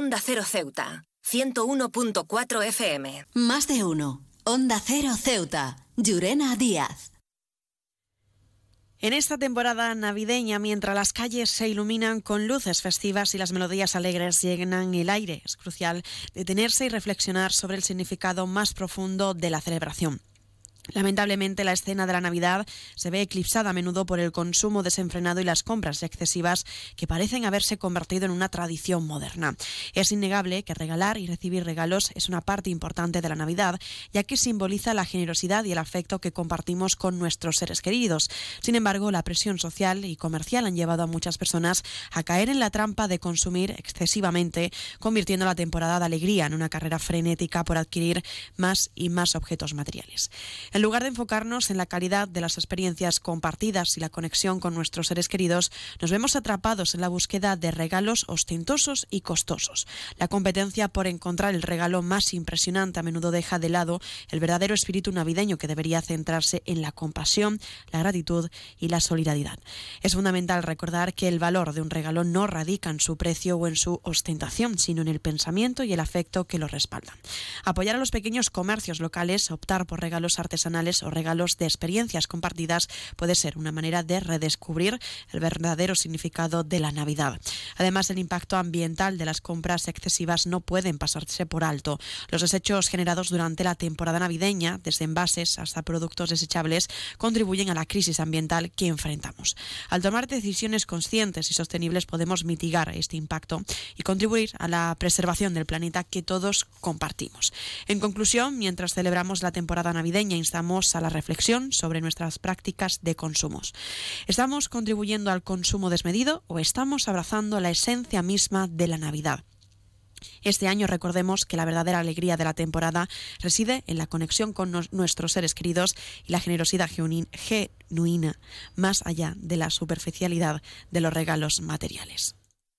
Onda Cero Ceuta, 101.4 FM. Más de uno. Onda Cero Ceuta. Llurena Díaz. En esta temporada navideña, mientras las calles se iluminan con luces festivas y las melodías alegres llenan el aire, es crucial detenerse y reflexionar sobre el significado más profundo de la celebración. Lamentablemente, la escena de la Navidad se ve eclipsada a menudo por el consumo desenfrenado y las compras excesivas que parecen haberse convertido en una tradición moderna. Es innegable que regalar y recibir regalos es una parte importante de la Navidad, ya que simboliza la generosidad y el afecto que compartimos con nuestros seres queridos. Sin embargo, la presión social y comercial han llevado a muchas personas a caer en la trampa de consumir excesivamente, convirtiendo la temporada de alegría en una carrera frenética por adquirir más y más objetos materiales. En lugar de enfocarnos en la calidad de las experiencias compartidas y la conexión con nuestros seres queridos, nos vemos atrapados en la búsqueda de regalos ostentosos y costosos. La competencia por encontrar el regalo más impresionante a menudo deja de lado el verdadero espíritu navideño, que debería centrarse en la compasión, la gratitud y la solidaridad. Es fundamental recordar que el valor de un regalo no radica en su precio o en su ostentación, sino en el pensamiento y el afecto que lo respaldan. Apoyar a los pequeños comercios locales, optar por regalos artesanales o regalos de experiencias compartidas puede ser una manera de redescubrir el verdadero significado de la Navidad. Además, el impacto ambiental de las compras excesivas no pueden pasarse por alto. Los desechos generados durante la temporada navideña, desde envases hasta productos desechables, contribuyen a la crisis ambiental que enfrentamos. Al tomar decisiones conscientes y sostenibles podemos mitigar este impacto y contribuir a la preservación del planeta que todos compartimos. En conclusión, mientras celebramos la temporada navideña, instamos a la reflexión sobre nuestras prácticas de consumos. ¿Estamos contribuyendo al consumo desmedido o estamos abrazando la esencia misma de la Navidad? Este año recordemos que la verdadera alegría de la temporada reside en la conexión con nuestros seres queridos y la generosidad genuina, más allá de la superficialidad de los regalos materiales.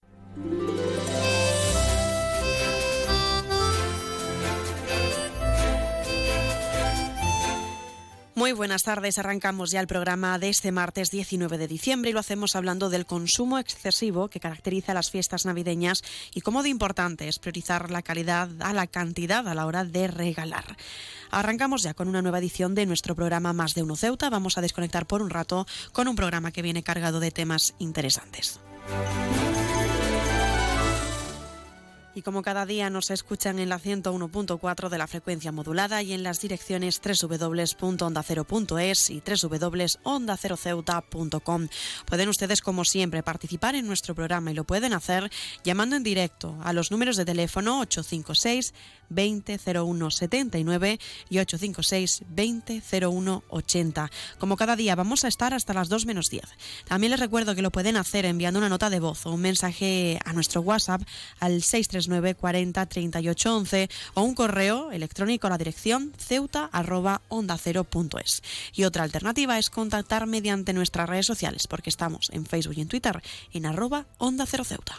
Muy buenas tardes, arrancamos ya el programa de este martes 19 de diciembre y lo hacemos hablando del consumo excesivo que caracteriza las fiestas navideñas y cómo de importante es priorizar la calidad a la cantidad a la hora de regalar. Arrancamos ya con una nueva edición de nuestro programa Más de Uno Ceuta. Vamos a desconectar por un rato con un programa que viene cargado de temas interesantes. Y como cada día nos escuchan en la 101.4 de la frecuencia modulada y en las direcciones www.ondacero.es y www.ondaceroceuta.com. Pueden ustedes, como siempre, participar en nuestro programa y lo pueden hacer llamando en directo a los números de teléfono 856 20 01 79 y 856 20 01 80. Como cada día vamos a estar hasta las 2 menos 10. También les recuerdo que lo pueden hacer enviando una nota de voz o un mensaje a nuestro WhatsApp al 639 40 38 11 o un correo electrónico a la dirección ceuta@ondacero.es. Y otra alternativa es contactar mediante nuestras redes sociales, porque estamos en Facebook y en Twitter en @OndaCeroCeuta.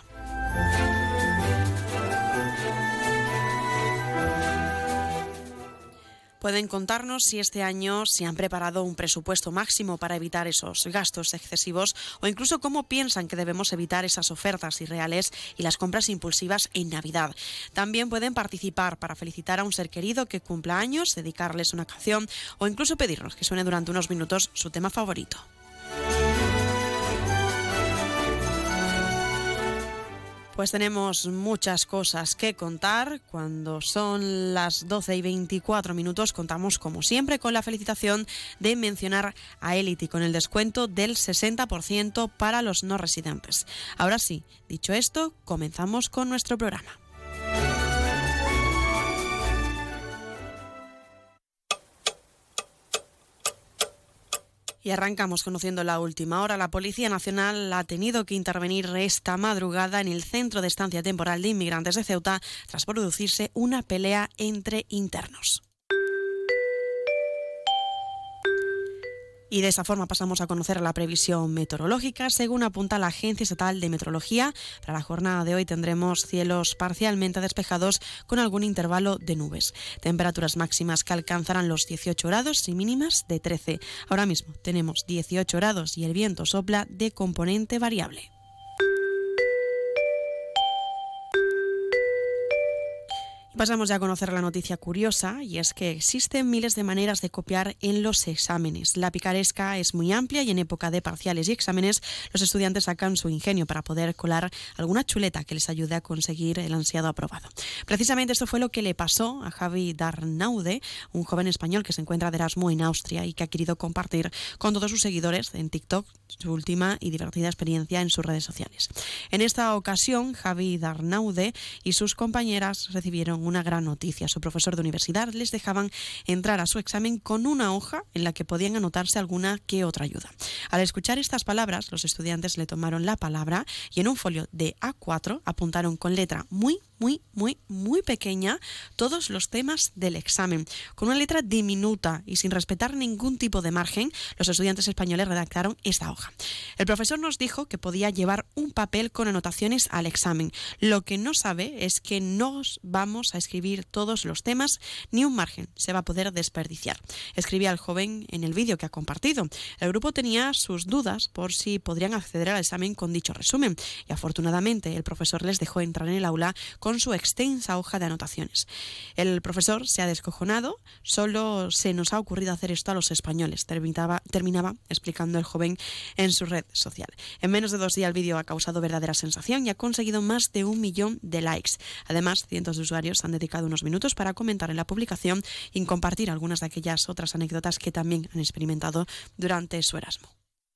Pueden contarnos si este año se han preparado un presupuesto máximo para evitar esos gastos excesivos o incluso cómo piensan que debemos evitar esas ofertas irreales y las compras impulsivas en Navidad. También pueden participar para felicitar a un ser querido que cumpla años, dedicarles una canción o incluso pedirnos que suene durante unos minutos su tema favorito. Pues tenemos muchas cosas que contar. Cuando son las 12:24 contamos como siempre con la felicitación de mencionar a Elity con el descuento del 60% para los no residentes. Ahora sí, dicho esto, comenzamos con nuestro programa. Y arrancamos conociendo la última hora. La Policía Nacional ha tenido que intervenir esta madrugada en el Centro de Estancia Temporal de Inmigrantes de Ceuta tras producirse una pelea entre internos. Y de esa forma pasamos a conocer la previsión meteorológica. Según apunta la Agencia Estatal de Meteorología, para la jornada de hoy tendremos cielos parcialmente despejados con algún intervalo de nubes. Temperaturas máximas que alcanzarán los 18 grados y mínimas de 13. Ahora mismo tenemos 18 grados y el viento sopla de componente variable. Pasamos ya a conocer la noticia curiosa, y es que existen miles de maneras de copiar en los exámenes. La picaresca es muy amplia y en época de parciales y exámenes los estudiantes sacan su ingenio para poder colar alguna chuleta que les ayude a conseguir el ansiado aprobado. Precisamente esto fue lo que le pasó a Javi Darnaude, un joven español que se encuentra de Erasmus en Austria y que ha querido compartir con todos sus seguidores en TikTok su última y divertida experiencia en sus redes sociales. En esta ocasión, Javi Darnaude y sus compañeras recibieron una gran noticia. Su profesor de universidad les dejaban entrar a su examen con una hoja en la que podían anotarse alguna que otra ayuda. Al escuchar estas palabras, los estudiantes le tomaron la palabra y en un folio de A4 apuntaron con letra muy pequeña todos los temas del examen. Con una letra diminuta y sin respetar ningún tipo de margen, los estudiantes españoles redactaron esta hoja. El profesor nos dijo que podía llevar un papel con anotaciones al examen. Lo que no sabe es que no vamos a escribir todos los temas, ni un margen se va a poder desperdiciar. Escribía el joven en el vídeo que ha compartido. El grupo tenía sus dudas por si podrían acceder al examen con dicho resumen y afortunadamente el profesor les dejó entrar en el aula con su extensa hoja de anotaciones. El profesor se ha descojonado, solo se nos ha ocurrido hacer esto a los españoles, terminaba explicando el joven en su red social. En menos de 2 días el vídeo ha causado verdadera sensación y ha conseguido más de 1 millón de likes. Además, cientos de usuarios han dedicado unos minutos para comentar en la publicación y compartir algunas de aquellas otras anécdotas que también han experimentado durante su Erasmus.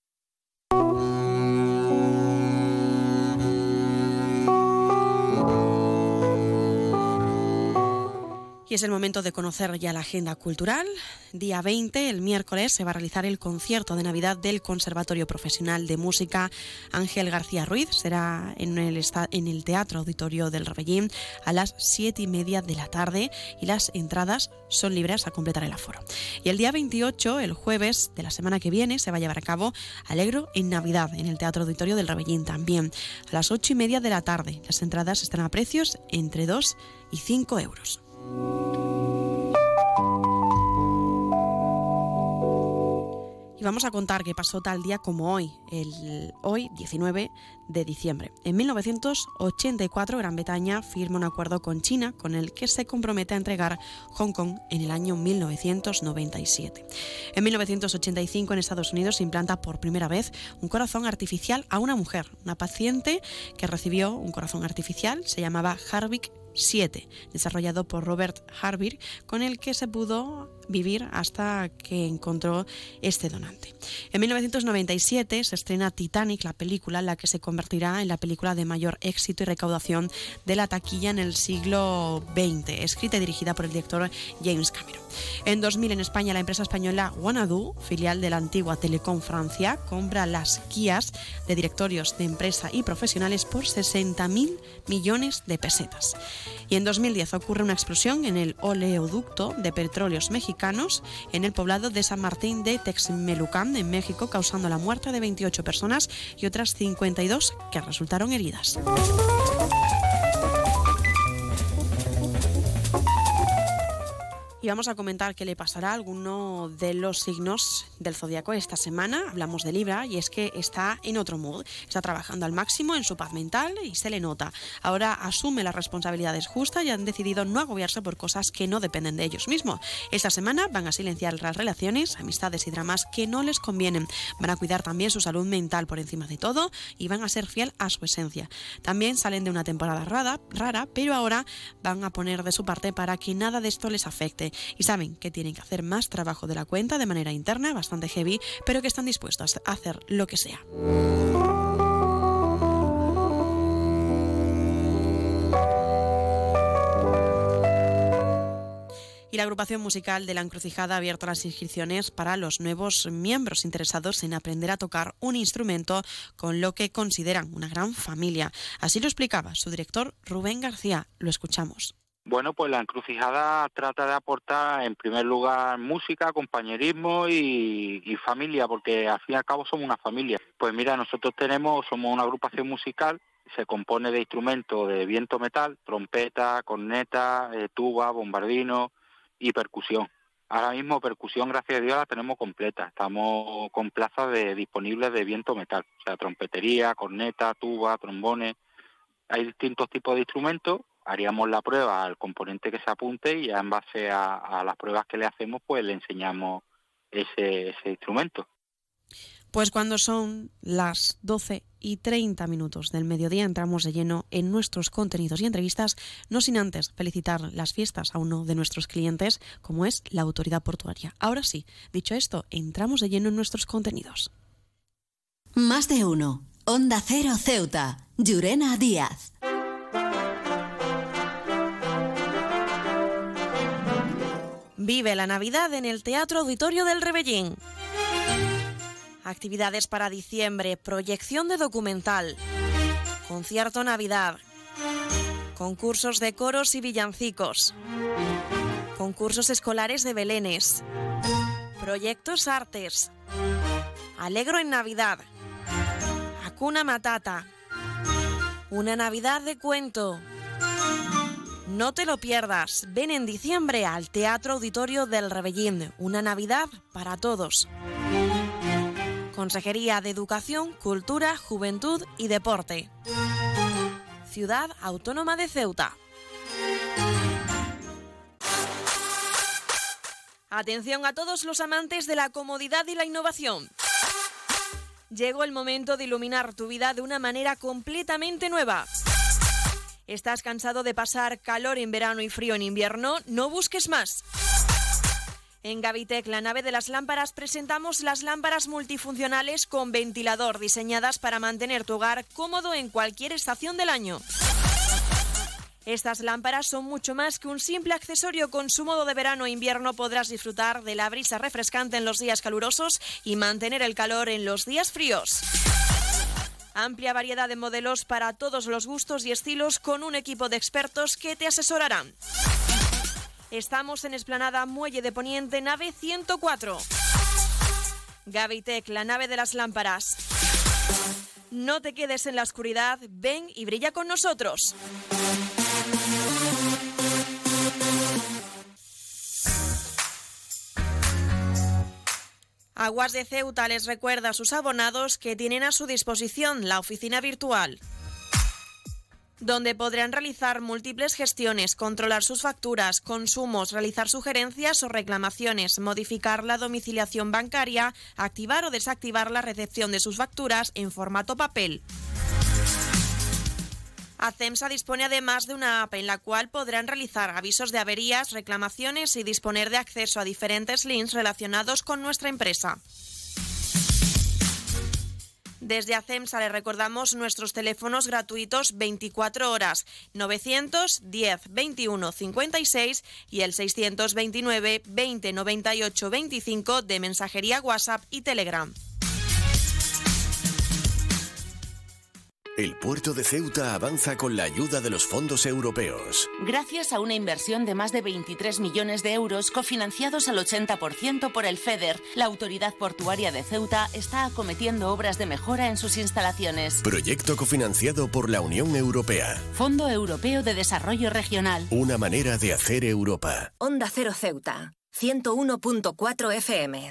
Y es el momento de conocer ya la agenda cultural. Día 20, el miércoles, se va a realizar el concierto de Navidad del Conservatorio Profesional de Música Ángel García Ruiz. Será en el Teatro Auditorio del Rebellín a las 7:30 de la tarde y las entradas son libres a completar el aforo. Y el día 28, el jueves de la semana que viene, se va a llevar a cabo Alegro en Navidad en el Teatro Auditorio del Rebellín también a las 8:30 de la tarde. Las entradas están a precios entre 2 y 5 euros. Y vamos a contar qué pasó tal día como hoy, hoy 19 de diciembre. En 1984, Gran Bretaña firma un acuerdo con China con el que se compromete a entregar Hong Kong en el año 1997. En 1985, en Estados Unidos, se implanta por primera vez un corazón artificial a una mujer. Una paciente que recibió un corazón artificial se llamaba Harvick 7, desarrollado por Robert Harvey, con el que se pudo vivir hasta que encontró este donante. En 1997 se estrena Titanic, la película, la que se convertirá en la película de mayor éxito y recaudación de la taquilla en el siglo XX, escrita y dirigida por el director James Cameron. En 2000, en España, la empresa española Wanadoo, filial de la antigua Telecom Francia, compra las guías de directorios de empresa y profesionales por 60.000 millones de pesetas. Y en 2010 ocurre una explosión en el oleoducto de petróleos mexicanos en el poblado de San Martín de Texmelucan, en México, causando la muerte de 28 personas y otras 52 que resultaron heridas. Y vamos a comentar qué le pasará a alguno de los signos del zodiaco esta semana. Hablamos de Libra y es que está en otro mood. Está trabajando al máximo en su paz mental y se le nota. Ahora asume las responsabilidades justas y han decidido no agobiarse por cosas que no dependen de ellos mismos. Esta semana van a silenciar las relaciones, amistades y dramas que no les convienen. Van a cuidar también su salud mental por encima de todo y van a ser fiel a su esencia. También salen de una temporada rara, pero ahora van a poner de su parte para que nada de esto les afecte. Y saben que tienen que hacer más trabajo de la cuenta de manera interna, bastante heavy, pero que están dispuestos a hacer lo que sea. Y la agrupación musical de La Encrucijada ha abierto las inscripciones para los nuevos miembros interesados en aprender a tocar un instrumento con lo que consideran una gran familia. Así lo explicaba su director Rubén García. Lo escuchamos. Bueno, pues La Encrucijada trata de aportar en primer lugar música, compañerismo y familia, porque al fin y al cabo somos una familia. Pues mira, nosotros somos una agrupación musical, se compone de instrumentos de viento metal, trompeta, corneta, tuba, bombardino y percusión. Ahora mismo percusión, gracias a Dios, la tenemos completa. Estamos con plazas disponibles de viento metal, o sea, trompetería, corneta, tuba, trombones. Hay distintos tipos de instrumentos. haríamos la prueba al componente que se apunte y ya en base a las pruebas que le hacemos, pues le enseñamos ese instrumento. Pues cuando son las 12:30 del mediodía entramos de lleno en nuestros contenidos y entrevistas, no sin antes felicitar las fiestas a uno de nuestros clientes, como es la Autoridad Portuaria. Ahora sí, dicho esto, entramos de lleno en nuestros contenidos. Más de uno. Onda Cero Ceuta. Llurena Díaz. Vive la Navidad en el Teatro Auditorio del Rebellín. Actividades para diciembre, proyección de documental, concierto Navidad, concursos de coros y villancicos, concursos escolares de belenes, proyectos artes, Alegro en Navidad, Hakuna Matata, una Navidad de cuento. No te lo pierdas, ven en diciembre al Teatro Auditorio del Rebellín, una Navidad para todos. Consejería de Educación, Cultura, Juventud y Deporte. Ciudad Autónoma de Ceuta. Atención a todos los amantes de la comodidad y la innovación. Llegó el momento de iluminar tu vida de una manera completamente nueva. ¿Estás cansado de pasar calor en verano y frío en invierno? No busques más. En Gavitec, la nave de las lámparas, presentamos las lámparas multifuncionales con ventilador diseñadas para mantener tu hogar cómodo en cualquier estación del año. Estas lámparas son mucho más que un simple accesorio. Con su modo de verano e invierno podrás disfrutar de la brisa refrescante en los días calurosos y mantener el calor en los días fríos. Amplia variedad de modelos para todos los gustos y estilos con un equipo de expertos que te asesorarán. Estamos en Explanada Muelle de Poniente, nave 104. Gavitec, la nave de las lámparas. No te quedes en la oscuridad, ven y brilla con nosotros. Aguas de Ceuta les recuerda a sus abonados que tienen a su disposición la oficina virtual, donde podrán realizar múltiples gestiones, controlar sus facturas, consumos, realizar sugerencias o reclamaciones, modificar la domiciliación bancaria, activar o desactivar la recepción de sus facturas en formato papel. ACEMSA dispone además de una app en la cual podrán realizar avisos de averías, reclamaciones y disponer de acceso a diferentes links relacionados con nuestra empresa. Desde ACEMSA le recordamos nuestros teléfonos gratuitos 24 horas, 910 21 56 y el 629 20 98 25 de mensajería WhatsApp y Telegram. El puerto de Ceuta avanza con la ayuda de los fondos europeos. Gracias a una inversión de más de 23 millones de euros cofinanciados al 80% por el FEDER, la Autoridad Portuaria de Ceuta está acometiendo obras de mejora en sus instalaciones. Proyecto cofinanciado por la Unión Europea. Fondo Europeo de Desarrollo Regional. Una manera de hacer Europa. Onda Cero Ceuta, 101.4 FM.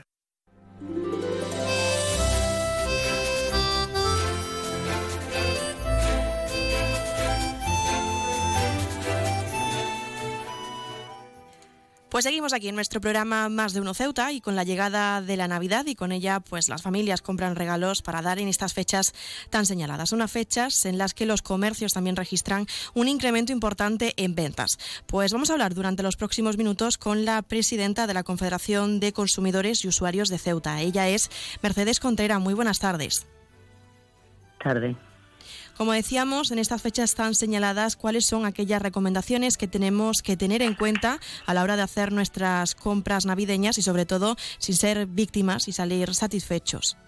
Pues seguimos aquí en nuestro programa Más de Uno Ceuta y con la llegada de la Navidad y con ella pues las familias compran regalos para dar en estas fechas tan señaladas. Unas fechas en las que los comercios también registran un incremento importante en ventas. Pues vamos a hablar durante los próximos minutos con la presidenta de la Confederación de Consumidores y Usuarios de Ceuta. Ella es Mercedes Contreras. Muy buenas tardes. Tarde. Como decíamos, en estas fechas tan señaladas, ¿cuáles son aquellas recomendaciones que tenemos que tener en cuenta a la hora de hacer nuestras compras navideñas y, sobre todo, sin ser víctimas y salir satisfechos?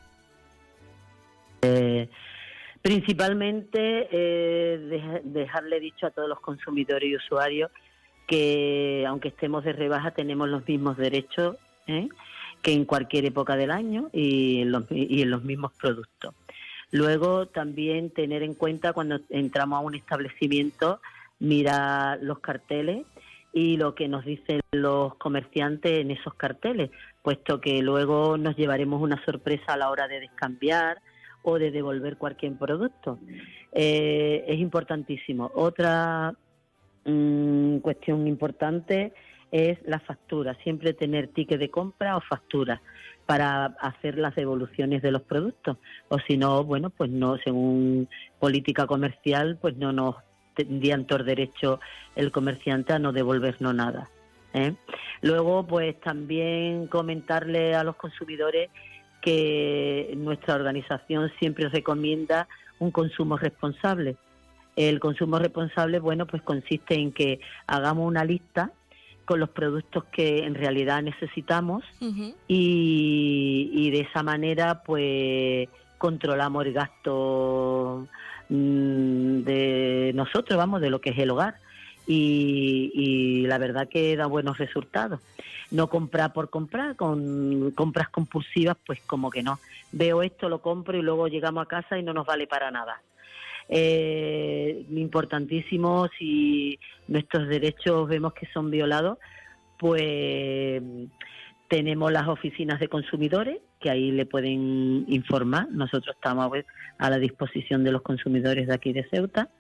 Principalmente, dejarle dicho a todos los consumidores y usuarios que, aunque estemos de rebaja, tenemos los mismos derechos que en cualquier época del año y en los mismos productos. Luego también tener en cuenta cuando entramos a un establecimiento, mirar los carteles y lo que nos dicen los comerciantes en esos carteles, puesto que luego nos llevaremos una sorpresa a la hora de descambiar o de devolver cualquier producto. Es importantísimo. Otra cuestión importante es la factura, siempre tener ticket de compra o factura para hacer las devoluciones de los productos, o si no, bueno, pues no, según política comercial, pues no nos tendrían todo derecho el comerciante a no devolvernos nada, ¿eh? Luego, pues también comentarle a los consumidores que nuestra organización siempre recomienda un consumo responsable. El consumo responsable, bueno, pues consiste en que hagamos una lista con los productos que en realidad necesitamos y de esa manera pues controlamos el gasto de nosotros, vamos, de lo que es el hogar y la verdad que da buenos resultados. No comprar por comprar, con compras compulsivas pues como que no. Veo esto, lo compro y luego llegamos a casa y no nos vale para nada. Importantísimo, si nuestros derechos vemos que son violados, pues tenemos las oficinas de consumidores que ahí le pueden informar. Nosotros estamos a la disposición de los consumidores de aquí de Ceuta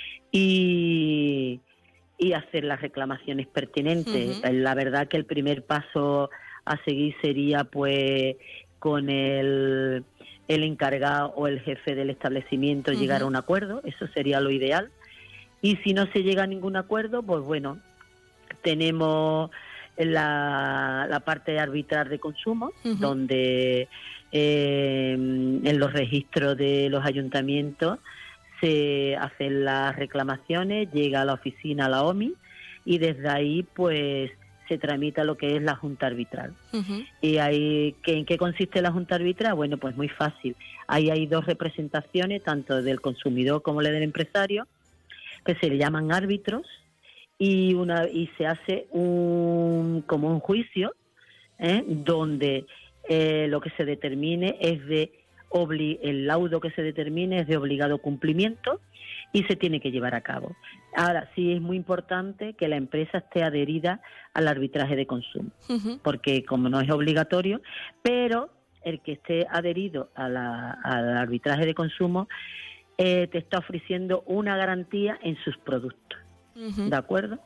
y hacer las reclamaciones pertinentes. La verdad que el primer paso a seguir sería pues con el encargado o el jefe del establecimiento llegar a un acuerdo, eso sería lo ideal. Y si no se llega a ningún acuerdo, pues bueno, tenemos la parte de arbitrar de consumo, donde en los registros de los ayuntamientos se hacen las reclamaciones, llega a la oficina, a la OMI, y desde ahí pues se tramita lo que es la Junta Arbitral. Y ahí, ¿en qué consiste la Junta Arbitral? Bueno, pues muy fácil. Ahí hay dos representaciones, tanto del consumidor como la del empresario, que se le llaman árbitros, y se hace como un juicio, donde lo que se determine es el laudo que se determine es de obligado cumplimiento y se tiene que llevar a cabo. Ahora, sí es muy importante que la empresa esté adherida al arbitraje de consumo, porque como no es obligatorio, pero el que esté adherido al arbitraje de consumo te está ofreciendo una garantía en sus productos, ¿de acuerdo?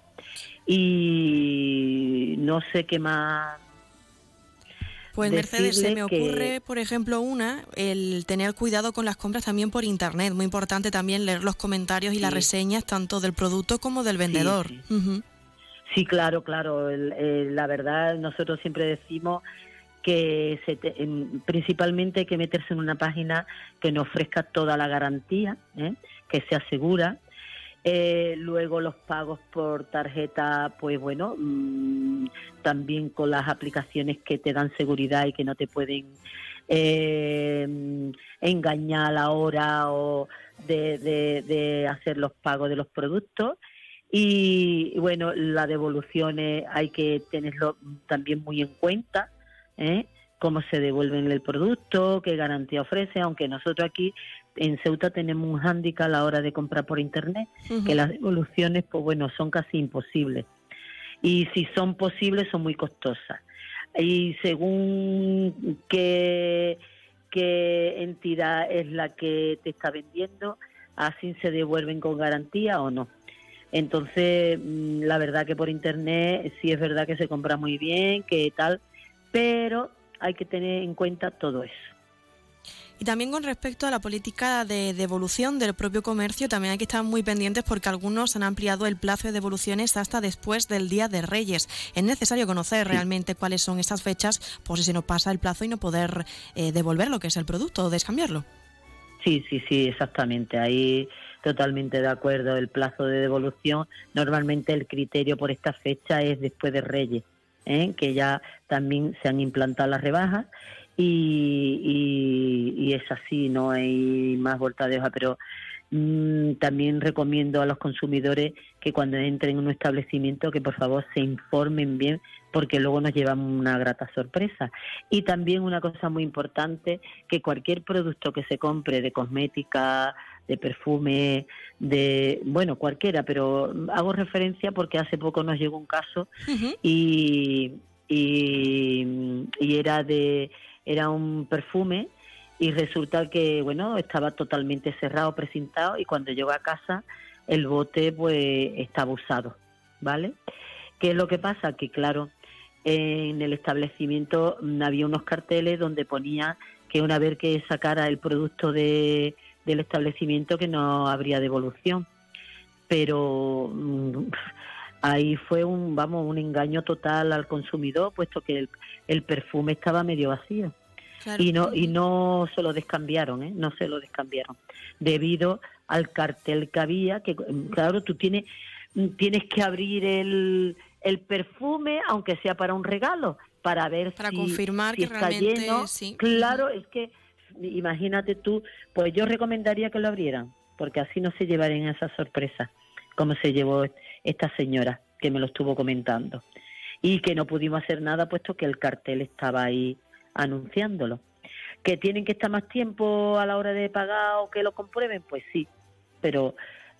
Y no sé qué más. Pues Mercedes, se me ocurre, por ejemplo, el tener cuidado con las compras también por internet. Muy importante también leer los comentarios y las reseñas tanto del producto como del vendedor. Sí, claro. La verdad, nosotros siempre decimos que principalmente hay que meterse en una página que nos ofrezca toda la garantía, que sea segura. Luego los pagos por tarjeta, pues bueno, también con las aplicaciones que te dan seguridad y que no te pueden engañar a la hora o de hacer los pagos de los productos. Y bueno, las devoluciones hay que tenerlo también muy en cuenta, cómo se devuelven el producto, qué garantía ofrece, aunque nosotros aquí en Ceuta tenemos un hándicap a la hora de comprar por internet, que las devoluciones, pues bueno, son casi imposibles. Y si son posibles, son muy costosas. Y según qué entidad es la que te está vendiendo, así se devuelven con garantía o no. Entonces, la verdad que por internet sí es verdad que se compra muy bien, que tal, pero hay que tener en cuenta todo eso. Y también con respecto a la política de devolución del propio comercio, también hay que estar muy pendientes porque algunos han ampliado el plazo de devoluciones hasta después del Día de Reyes. Es necesario conocer realmente cuáles son esas fechas por si se nos pasa el plazo y no poder devolver lo que es el producto o descambiarlo. Sí, exactamente. Ahí totalmente de acuerdo. El plazo de devolución, normalmente el criterio por esta fecha es después de Reyes, que ya también se han implantado las rebajas. Y es así, no hay más vuelta de hoja, pero también recomiendo a los consumidores que cuando entren en un establecimiento que por favor se informen bien, porque luego nos llevamos una grata sorpresa. Y también una cosa muy importante, que cualquier producto que se compre de cosmética, de perfume, cualquiera, pero hago referencia porque hace poco nos llegó un caso y era un perfume y resulta que, bueno, estaba totalmente cerrado, precintado, y cuando llegó a casa el bote pues estaba usado, ¿vale? ¿Qué es lo que pasa? Que claro, en el establecimiento había unos carteles donde ponía que una vez que sacara el producto del establecimiento que no habría devolución, pero ahí fue un engaño total al consumidor, puesto que el perfume estaba medio vacío. Claro. Y no se lo descambiaron, no se lo descambiaron, debido al cartel que había, que claro, tú tienes que abrir el perfume, aunque sea para un regalo, para ver para si confirmar si que está realmente lleno. sí. Claro, es que imagínate tú, pues yo recomendaría que lo abrieran, porque así no se llevarían esa sorpresa, como se llevó esta señora que me lo estuvo comentando, y que no pudimos hacer nada puesto que el cartel estaba ahí anunciándolo. ¿Que tienen que estar más tiempo a la hora de pagar o que lo comprueben? Pues sí, pero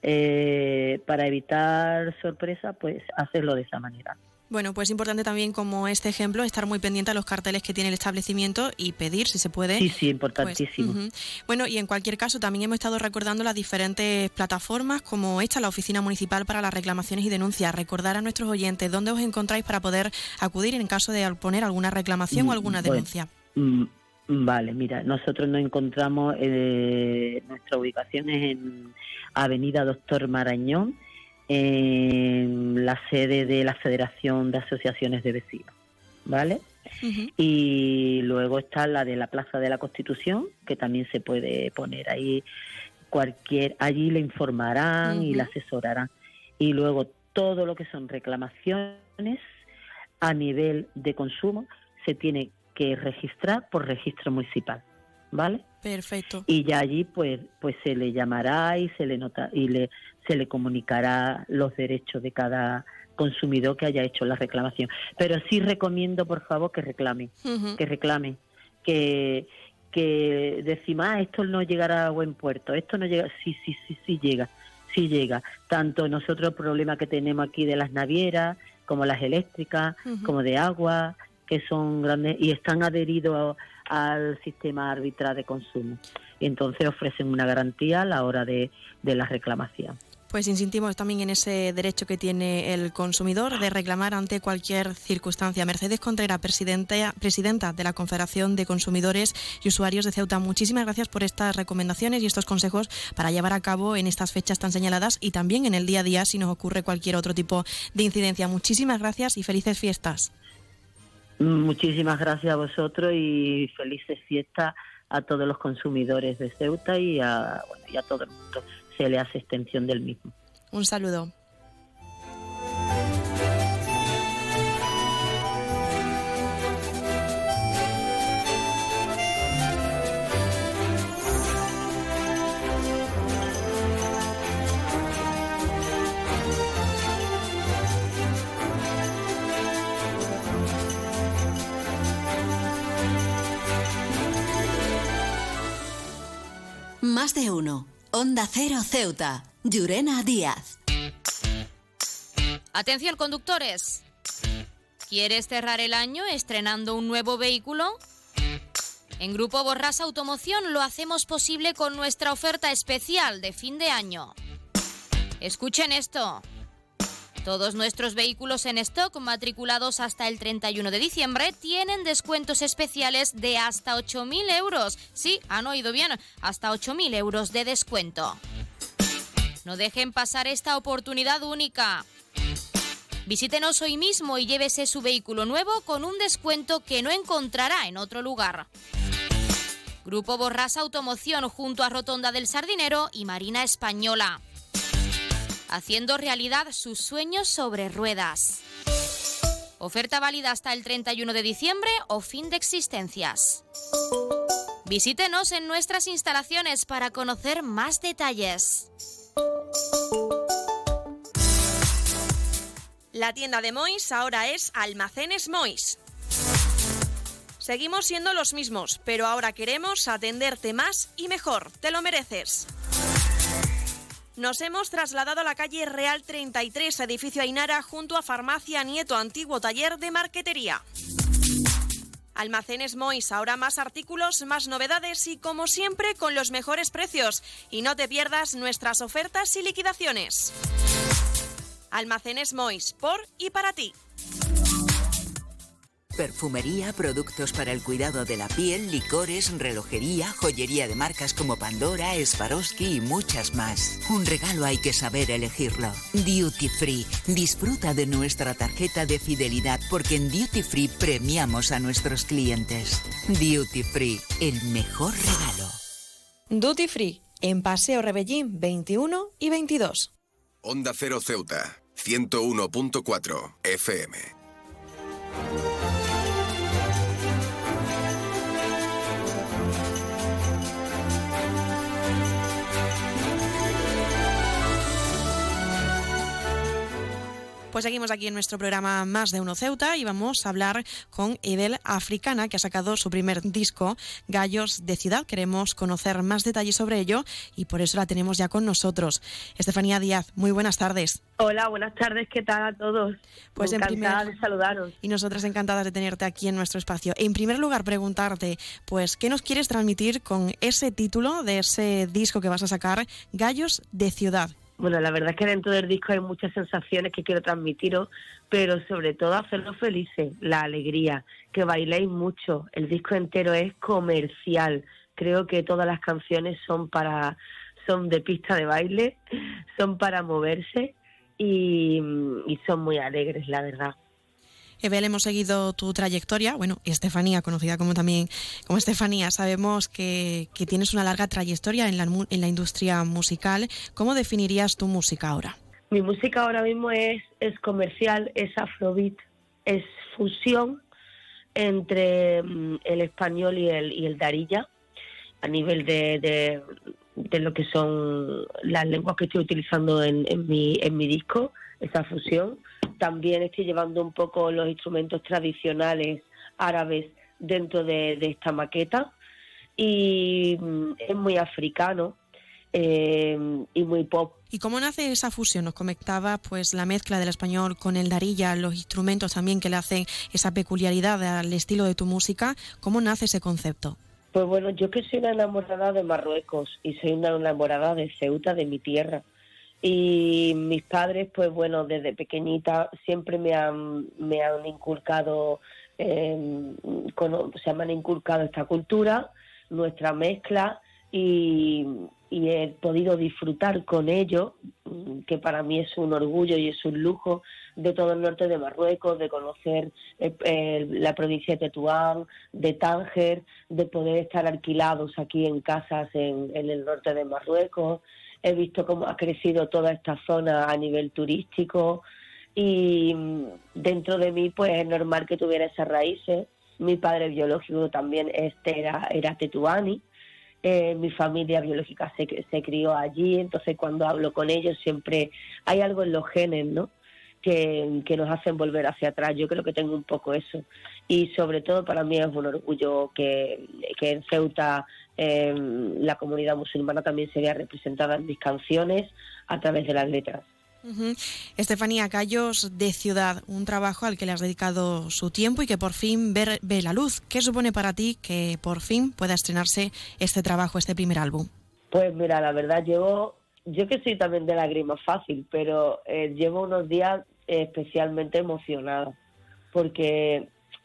para evitar sorpresa, pues hacerlo de esa manera. Bueno, pues importante también, como este ejemplo, estar muy pendiente a los carteles que tiene el establecimiento y pedir, si se puede. Sí, importantísimo. Pues, Bueno, y en cualquier caso, también hemos estado recordando las diferentes plataformas, como esta, la Oficina Municipal para las Reclamaciones y Denuncias. Recordar a nuestros oyentes dónde os encontráis para poder acudir en caso de poner alguna reclamación o alguna denuncia. Vale, mira, nosotros nos encontramos, nuestra ubicación es en Avenida Doctor Marañón, en la sede de la Federación de Asociaciones de Vecinos, ¿vale? Uh-huh. Y luego está la de la Plaza de la Constitución, que también se puede poner ahí allí le informarán, uh-huh, y le asesorarán. Y luego todo lo que son reclamaciones a nivel de consumo se tiene que registrar por registro municipal, ¿vale? Perfecto. Y ya allí pues se le llamará y se le comunicará los derechos de cada consumidor que haya hecho la reclamación. Pero sí recomiendo, por favor, que reclamen, uh-huh, que decimos, esto no llegará a buen puerto, esto no llega, sí llega. Tanto nosotros el problema que tenemos aquí de las navieras, como las eléctricas, uh-huh, como de agua, que son grandes y están adheridos al sistema arbitral de consumo. Y entonces ofrecen una garantía a la hora de la reclamación. Pues insistimos también en ese derecho que tiene el consumidor de reclamar ante cualquier circunstancia. Mercedes Contreras, presidenta de la Confederación de Consumidores y Usuarios de Ceuta, muchísimas gracias por estas recomendaciones y estos consejos para llevar a cabo en estas fechas tan señaladas y también en el día a día si nos ocurre cualquier otro tipo de incidencia. Muchísimas gracias y felices fiestas. Muchísimas gracias a vosotros y felices fiestas a todos los consumidores de Ceuta y a todo el mundo. Se le hace extensión del mismo. Un saludo. Más de uno. Onda Cero Ceuta. Llurena Díaz. Atención, conductores. ¿Quieres cerrar el año estrenando un nuevo vehículo? En Grupo Borràs Automoción lo hacemos posible con nuestra oferta especial de fin de año. Escuchen esto. Todos nuestros vehículos en stock matriculados hasta el 31 de diciembre tienen descuentos especiales de hasta 8.000 euros. Sí, han oído bien, hasta 8.000 euros de descuento. No dejen pasar esta oportunidad única. Visítenos hoy mismo y llévese su vehículo nuevo con un descuento que no encontrará en otro lugar. Grupo Borràs Automoción junto a Rotonda del Sardinero y Marina Española. Haciendo realidad sus sueños sobre ruedas. Oferta válida hasta el 31 de diciembre o fin de existencias. Visítenos en nuestras instalaciones para conocer más detalles. La tienda de Mois ahora es Almacenes Mois. Seguimos siendo los mismos, pero ahora queremos atenderte más y mejor. Te lo mereces. Nos hemos trasladado a la calle Real 33, edificio Ainara, junto a Farmacia Nieto, antiguo taller de marquetería. Almacenes Mois, ahora más artículos, más novedades y como siempre con los mejores precios. Y no te pierdas nuestras ofertas y liquidaciones. Almacenes Mois, por y para ti. Perfumería, productos para el cuidado de la piel, licores, relojería, joyería de marcas como Pandora, Swarovski y muchas más. Un regalo hay que saber elegirlo. Duty Free. Disfruta de nuestra tarjeta de fidelidad porque en Duty Free premiamos a nuestros clientes. Duty Free, el mejor regalo. Duty Free, en Paseo Rebellín 21 y 22. Onda Cero Ceuta, 101.4 FM. Pues seguimos aquí en nuestro programa Más de Uno Ceuta y vamos a hablar con Ebel Africana, que ha sacado su primer disco, Gallos de Ciudad. Queremos conocer más detalles sobre ello y por eso la tenemos ya con nosotros. Estefanía Díaz, muy buenas tardes. Hola, buenas tardes, ¿qué tal a todos? Pues encantada de saludaros. Y nosotras encantadas de tenerte aquí en nuestro espacio. En primer lugar, preguntarte, pues, ¿qué nos quieres transmitir con ese título de ese disco que vas a sacar, Gallos de Ciudad? Bueno, la verdad es que dentro del disco hay muchas sensaciones que quiero transmitiros, pero sobre todo hacerlos felices, la alegría, que bailéis mucho. El disco entero es comercial. Creo que todas las canciones son de pista de baile, son para moverse y son muy alegres, la verdad. Ebel, hemos seguido tu trayectoria. Bueno, Estefanía, conocida como Estefanía, sabemos que tienes una larga trayectoria en la industria musical. ¿Cómo definirías tu música ahora? Mi música ahora mismo es comercial, es afrobeat, es fusión entre el español y el darija, a nivel de lo que son las lenguas que estoy utilizando en mi disco, esa fusión. También estoy llevando un poco los instrumentos tradicionales árabes dentro de esta maqueta y es muy africano y muy pop. ¿Y cómo nace esa fusión? Nos comentaba pues la mezcla del español con el darija, los instrumentos también que le hacen esa peculiaridad al estilo de tu música. ¿Cómo nace ese concepto? Pues bueno, yo que soy una enamorada de Marruecos y soy una enamorada de Ceuta, de mi tierra. Y mis padres, pues bueno, desde pequeñita siempre me han inculcado, me han inculcado esta cultura, nuestra mezcla, y he podido disfrutar con ello, que para mí es un orgullo y es un lujo, de todo el norte de Marruecos, de conocer la provincia de Tetuán, de Tánger, de poder estar alquilados aquí en casas en el norte de Marruecos. He visto cómo ha crecido toda esta zona a nivel turístico y dentro de mí pues es normal que tuviera esas raíces. Mi padre biológico también era tetuani, mi familia biológica se crió allí, entonces cuando hablo con ellos siempre hay algo en los genes, ¿no?, que nos hacen volver hacia atrás. Yo creo que tengo un poco eso y sobre todo para mí es un orgullo que en Ceuta la comunidad musulmana también se vea representada en mis canciones a través de las letras. Uh-huh. Estefanía, Gallos de Ciudad, un trabajo al que le has dedicado su tiempo y que por fin ve la luz. ¿Qué supone para ti que por fin pueda estrenarse este trabajo, este primer álbum? Pues mira, la verdad yo que soy también de lágrimas fácil, pero llevo unos días especialmente emocionada porque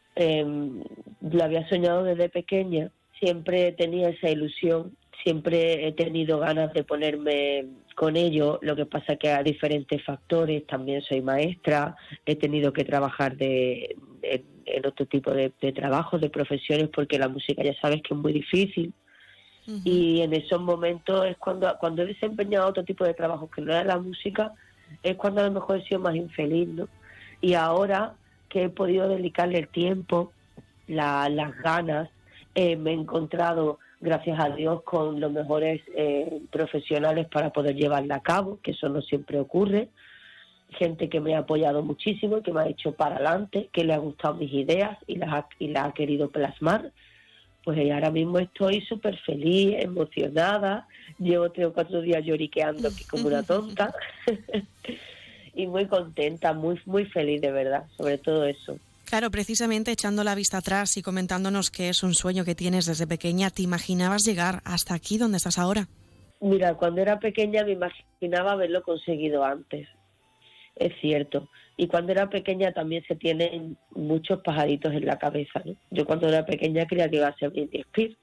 lo había soñado desde pequeña, siempre tenía esa ilusión, siempre he tenido ganas de ponerme con ello, lo que pasa que a diferentes factores, también soy maestra, he tenido que trabajar en otro tipo de trabajos, de profesiones, porque la música ya sabes que es muy difícil. Uh-huh. Y en esos momentos es cuando he desempeñado otro tipo de trabajos que no era la música, es cuando a lo mejor he sido más infeliz, ¿no? Y ahora que he podido dedicarle el tiempo, las ganas, me he encontrado, gracias a Dios, con los mejores profesionales para poder llevarla a cabo, que eso no siempre ocurre. Gente que me ha apoyado muchísimo, que me ha hecho para adelante, que le ha gustado mis ideas y las ha querido plasmar. Pues ahora mismo estoy súper feliz, emocionada, llevo 3 o 4 días lloriqueando aquí como una tonta y muy contenta, muy, muy feliz de verdad, sobre todo eso. Claro, precisamente echando la vista atrás y comentándonos que es un sueño que tienes desde pequeña, ¿te imaginabas llegar hasta aquí donde estás ahora? Mira, cuando era pequeña me imaginaba haberlo conseguido antes, es cierto. Y cuando era pequeña también se tienen muchos pajaritos en la cabeza, ¿no? Yo cuando era pequeña creía que iba a ser Britney Spears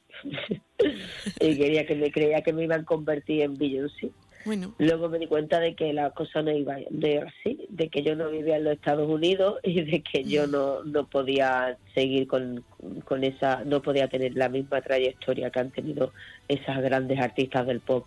y creía que me iban a convertir en Beyoncé. Bueno. Luego me di cuenta de que la cosa no iba así, de que yo no vivía en los Estados Unidos y de que yo no podía seguir con esa, no podía tener la misma trayectoria que han tenido esas grandes artistas del pop.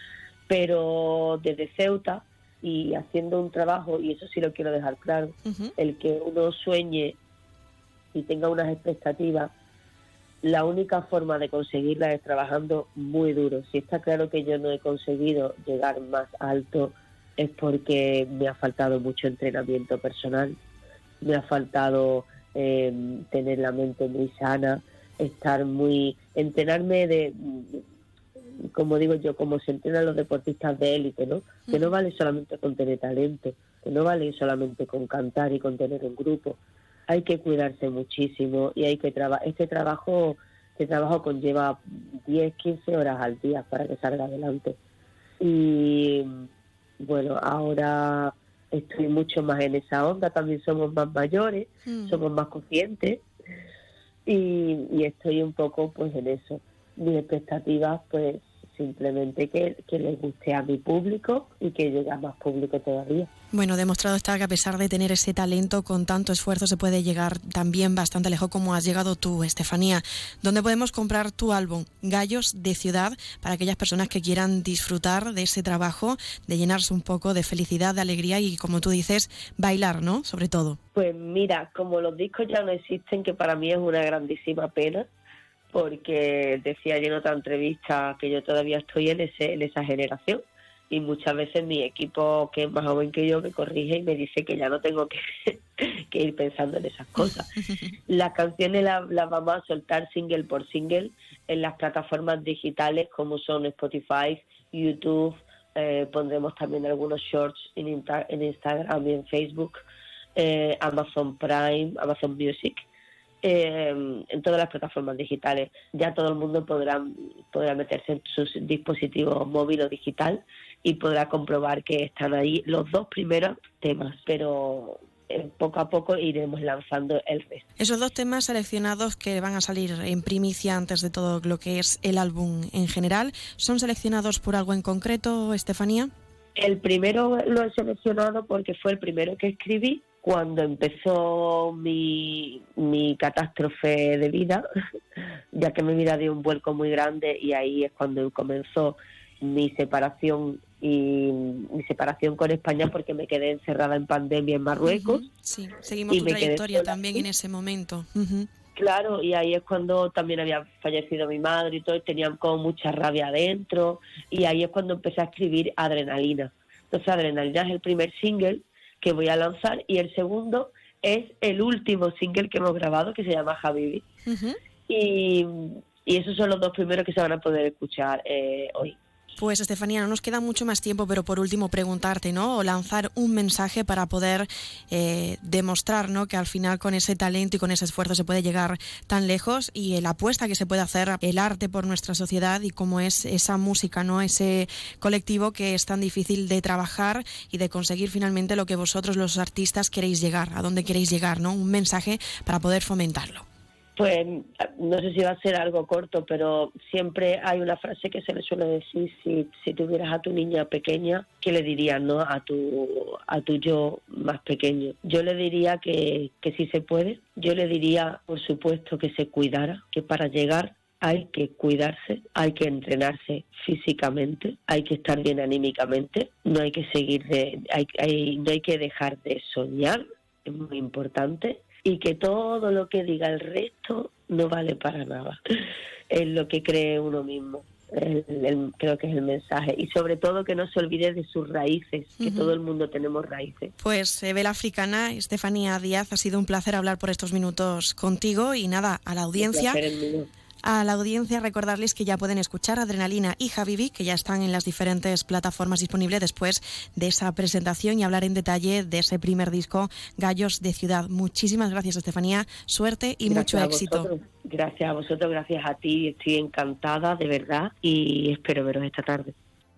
Pero desde Ceuta y haciendo un trabajo, y eso sí lo quiero dejar claro, el que uno sueñe y tenga unas expectativas, la única forma de conseguirlas es trabajando muy duro. Si está claro que yo no he conseguido llegar más alto es porque me ha faltado mucho entrenamiento personal, me ha faltado tener la mente muy sana, entrenarme como digo yo, como se entrenan los deportistas de élite, ¿no? Que no vale solamente con tener talento, que no vale solamente con cantar y con tener un grupo. Hay que cuidarse muchísimo y hay que este trabajo conlleva 10, 15 horas al día para que salga adelante. Y bueno, ahora estoy mucho más en esa onda, también somos más mayores, somos más conscientes y estoy un poco pues en eso. Mis expectativas pues simplemente que les guste a mi público y que llegue a más público todavía. Bueno, demostrado está que a pesar de tener ese talento, con tanto esfuerzo se puede llegar también bastante lejos como has llegado tú, Estefanía. ¿Dónde podemos comprar tu álbum, Gallos de Ciudad, para aquellas personas que quieran disfrutar de ese trabajo, de llenarse un poco de felicidad, de alegría y, como tú dices, bailar, ¿no? Sobre todo. Pues mira, como los discos ya no existen, que para mí es una grandísima pena, porque decía yo en otra entrevista que yo todavía estoy en esa generación y muchas veces mi equipo, que es más joven que yo, me corrige y me dice que ya no tengo que ir pensando en esas cosas. Las canciones las vamos a soltar single por single en las plataformas digitales como son Spotify, YouTube, pondremos también algunos shorts en Instagram y en Facebook, Amazon Prime, Amazon Music. En todas las plataformas digitales. Ya todo el mundo podrá meterse en sus dispositivos móvil o digital y podrá comprobar que están ahí los 2 primeros temas, pero poco a poco iremos lanzando el resto. Esos 2 temas seleccionados que van a salir en primicia antes de todo lo que es el álbum en general, ¿son seleccionados por algo en concreto, Estefanía? El primero lo he seleccionado porque fue el primero que escribí cuando empezó mi catástrofe de vida, ya que mi vida dio un vuelco muy grande y ahí es cuando comenzó mi separación con España, porque me quedé encerrada en pandemia en Marruecos. Sí, seguimos tu trayectoria también en ese momento. Claro, y ahí es cuando también había fallecido mi madre y todo, y tenía como mucha rabia adentro, y ahí es cuando empecé a escribir Adrenalina. Entonces Adrenalina es el primer single que voy a lanzar y el segundo es el último single que hemos grabado, que se llama Habibi. Y esos son los 2 primeros que se van a poder escuchar hoy. Pues Estefanía, no nos queda mucho más tiempo, pero por último preguntarte, ¿no? O lanzar un mensaje para poder demostrar, ¿no?, que al final con ese talento y con ese esfuerzo se puede llegar tan lejos, y la apuesta que se puede hacer el arte por nuestra sociedad y cómo es esa música, ¿no?, ese colectivo que es tan difícil de trabajar y de conseguir finalmente lo que vosotros los artistas queréis llegar, a dónde queréis llegar, ¿no? Un mensaje para poder fomentarlo. Pues no sé si va a ser algo corto, pero siempre hay una frase que se le suele decir: si tuvieras a tu niña pequeña, ¿qué le dirías, no, a tu yo más pequeño? Yo le diría que sí se puede. Yo le diría, por supuesto, que se cuidara, que para llegar hay que cuidarse, hay que entrenarse físicamente, hay que estar bien anímicamente, no hay que no hay que dejar de soñar, es muy importante. Y que todo lo que diga el resto no vale para nada. Es lo que cree uno mismo. Creo que es el mensaje. Y sobre todo que no se olvide de sus raíces, que todo el mundo tenemos raíces. Pues Vela Africana, Estefanía Díaz, ha sido un placer hablar por estos minutos contigo. Y nada, a la audiencia, A la audiencia recordarles que ya pueden escuchar Adrenalina y Habibi, que ya están en las diferentes plataformas disponibles después de esa presentación y hablar en detalle de ese primer disco, Gallos de Ciudad. Muchísimas gracias, Estefanía. Suerte y mucho éxito. Gracias a vosotros, gracias a ti. Estoy encantada, de verdad, y espero veros esta tarde.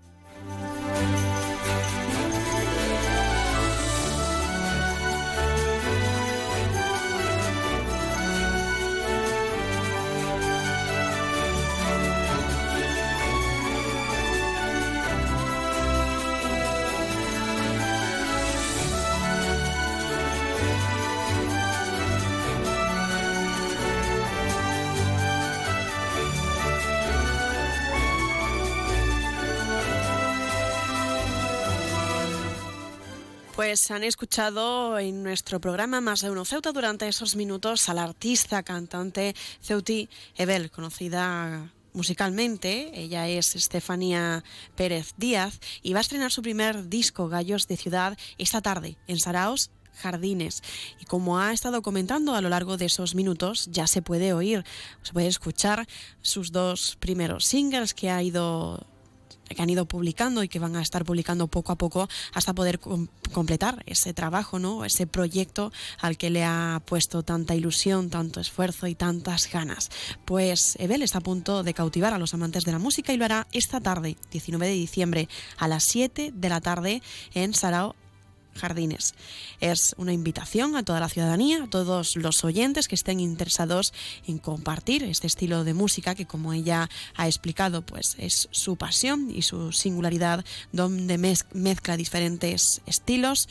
Pues han escuchado en nuestro programa Más de Uno Ceuta durante esos minutos a la artista, cantante ceutí Ebel, conocida musicalmente. Ella es Estefanía Pérez Díaz y va a estrenar su primer disco, Gallos de Ciudad, esta tarde en Saraos Jardines. Y como ha estado comentando a lo largo de esos minutos, ya se puede oír, se puede escuchar sus dos primeros singles que han ido publicando y que van a estar publicando poco a poco hasta poder completar ese trabajo, ¿no? Ese proyecto al que le ha puesto tanta ilusión, tanto esfuerzo y tantas ganas. Pues Ebel está a punto de cautivar a los amantes de la música y lo hará esta tarde, 19 de diciembre, a las 7 de la tarde en Sarao Jardines. Es una invitación a toda la ciudadanía, a todos los oyentes que estén interesados en compartir este estilo de música que, como ella ha explicado, pues es su pasión y su singularidad, donde mezcla diferentes estilos,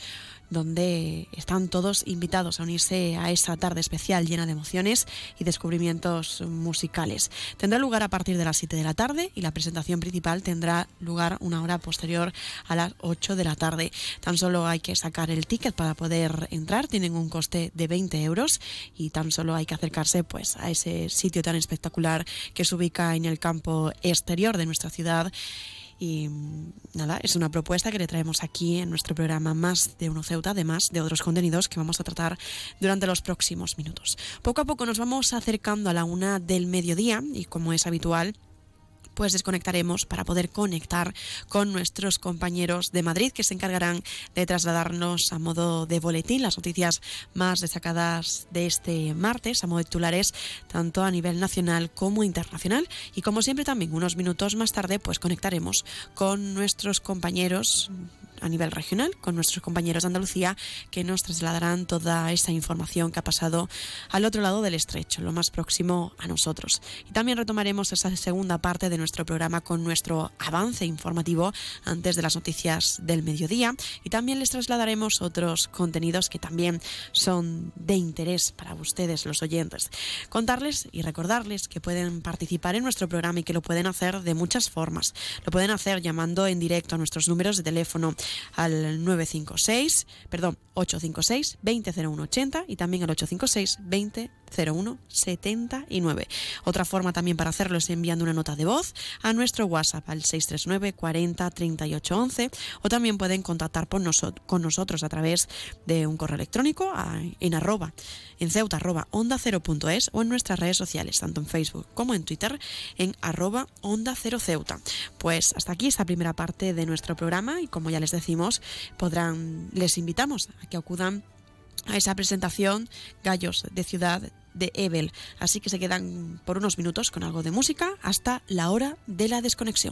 donde están todos invitados a unirse a esa tarde especial llena de emociones y descubrimientos musicales. Tendrá lugar a partir de las 7 de la tarde y la presentación principal tendrá lugar una hora posterior a las 8 de la tarde. Tan solo hay que sacar el ticket para poder entrar, tienen un coste de 20 euros y tan solo hay que acercarse pues a ese sitio tan espectacular que se ubica en el campo exterior de nuestra ciudad. Y nada, es una propuesta que le traemos aquí en nuestro programa Más de Uno Ceuta, además de otros contenidos que vamos a tratar durante los próximos minutos. Poco a poco nos vamos acercando a la 1 del mediodía y, como es habitual, pues desconectaremos para poder conectar con nuestros compañeros de Madrid, que se encargarán de trasladarnos a modo de boletín las noticias más destacadas de este martes, a modo de titulares, tanto a nivel nacional como internacional. Y como siempre también unos minutos más tarde pues conectaremos con nuestros compañeros a nivel regional, con nuestros compañeros de Andalucía, que nos trasladarán toda esa información que ha pasado al otro lado del estrecho, lo más próximo a nosotros. Y también retomaremos esa segunda parte de nuestro programa con nuestro avance informativo antes de las noticias del mediodía, y también les trasladaremos otros contenidos que también son de interés para ustedes, los oyentes. Contarles y recordarles que pueden participar en nuestro programa y que lo pueden hacer de muchas formas. Lo pueden hacer llamando en directo a nuestros números de teléfono al 856 200180 y también al 856 200179. Otra forma también para hacerlo es enviando una nota de voz a nuestro WhatsApp al 639 40 38 11, o también pueden contactar con nosotros a través de un correo electrónico en ceuta@onda0.es o en nuestras redes sociales, tanto en Facebook como en Twitter, en @onda0ceuta. Pues hasta aquí esta primera parte de nuestro programa y, como ya les decimos, les invitamos a que acudan a esa presentación Gallos de Ciudad de Ebel. Así que se quedan por unos minutos con algo de música hasta la hora de la desconexión.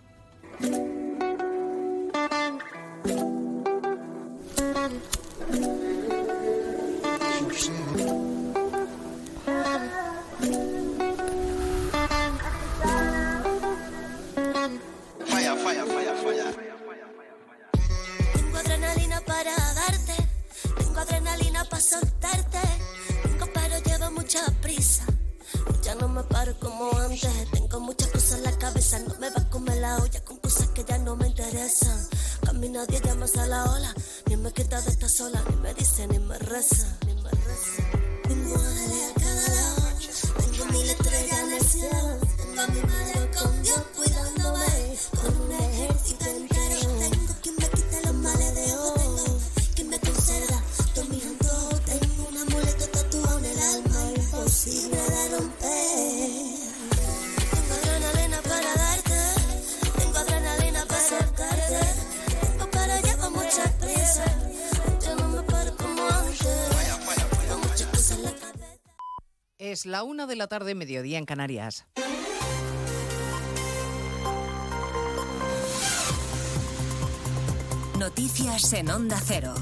Tengo adrenalina para darte, tengo adrenalina para soltarte, tengo pero llevo mucha prisa, ya no me paro como antes, tengo muchas cosas en la cabeza, no me va a comer la olla con cosas que ya no me interesan, que a mí nadie llama a la ola, ni me quita de esta sola, ni me dice ni me reza, tengo ángeles a cada lado, tengo 1000 estrellas en el cielo, tengo a mi madre con Dios cuidándome, con un ejército entero, tengo quien me quite los males de hoy, quien me conceda todo mi antojo, tengo un amuleto tatuado en el alma, imposible de romper. Es la 1 de la tarde, mediodía en Canarias. Noticias en Onda Cero.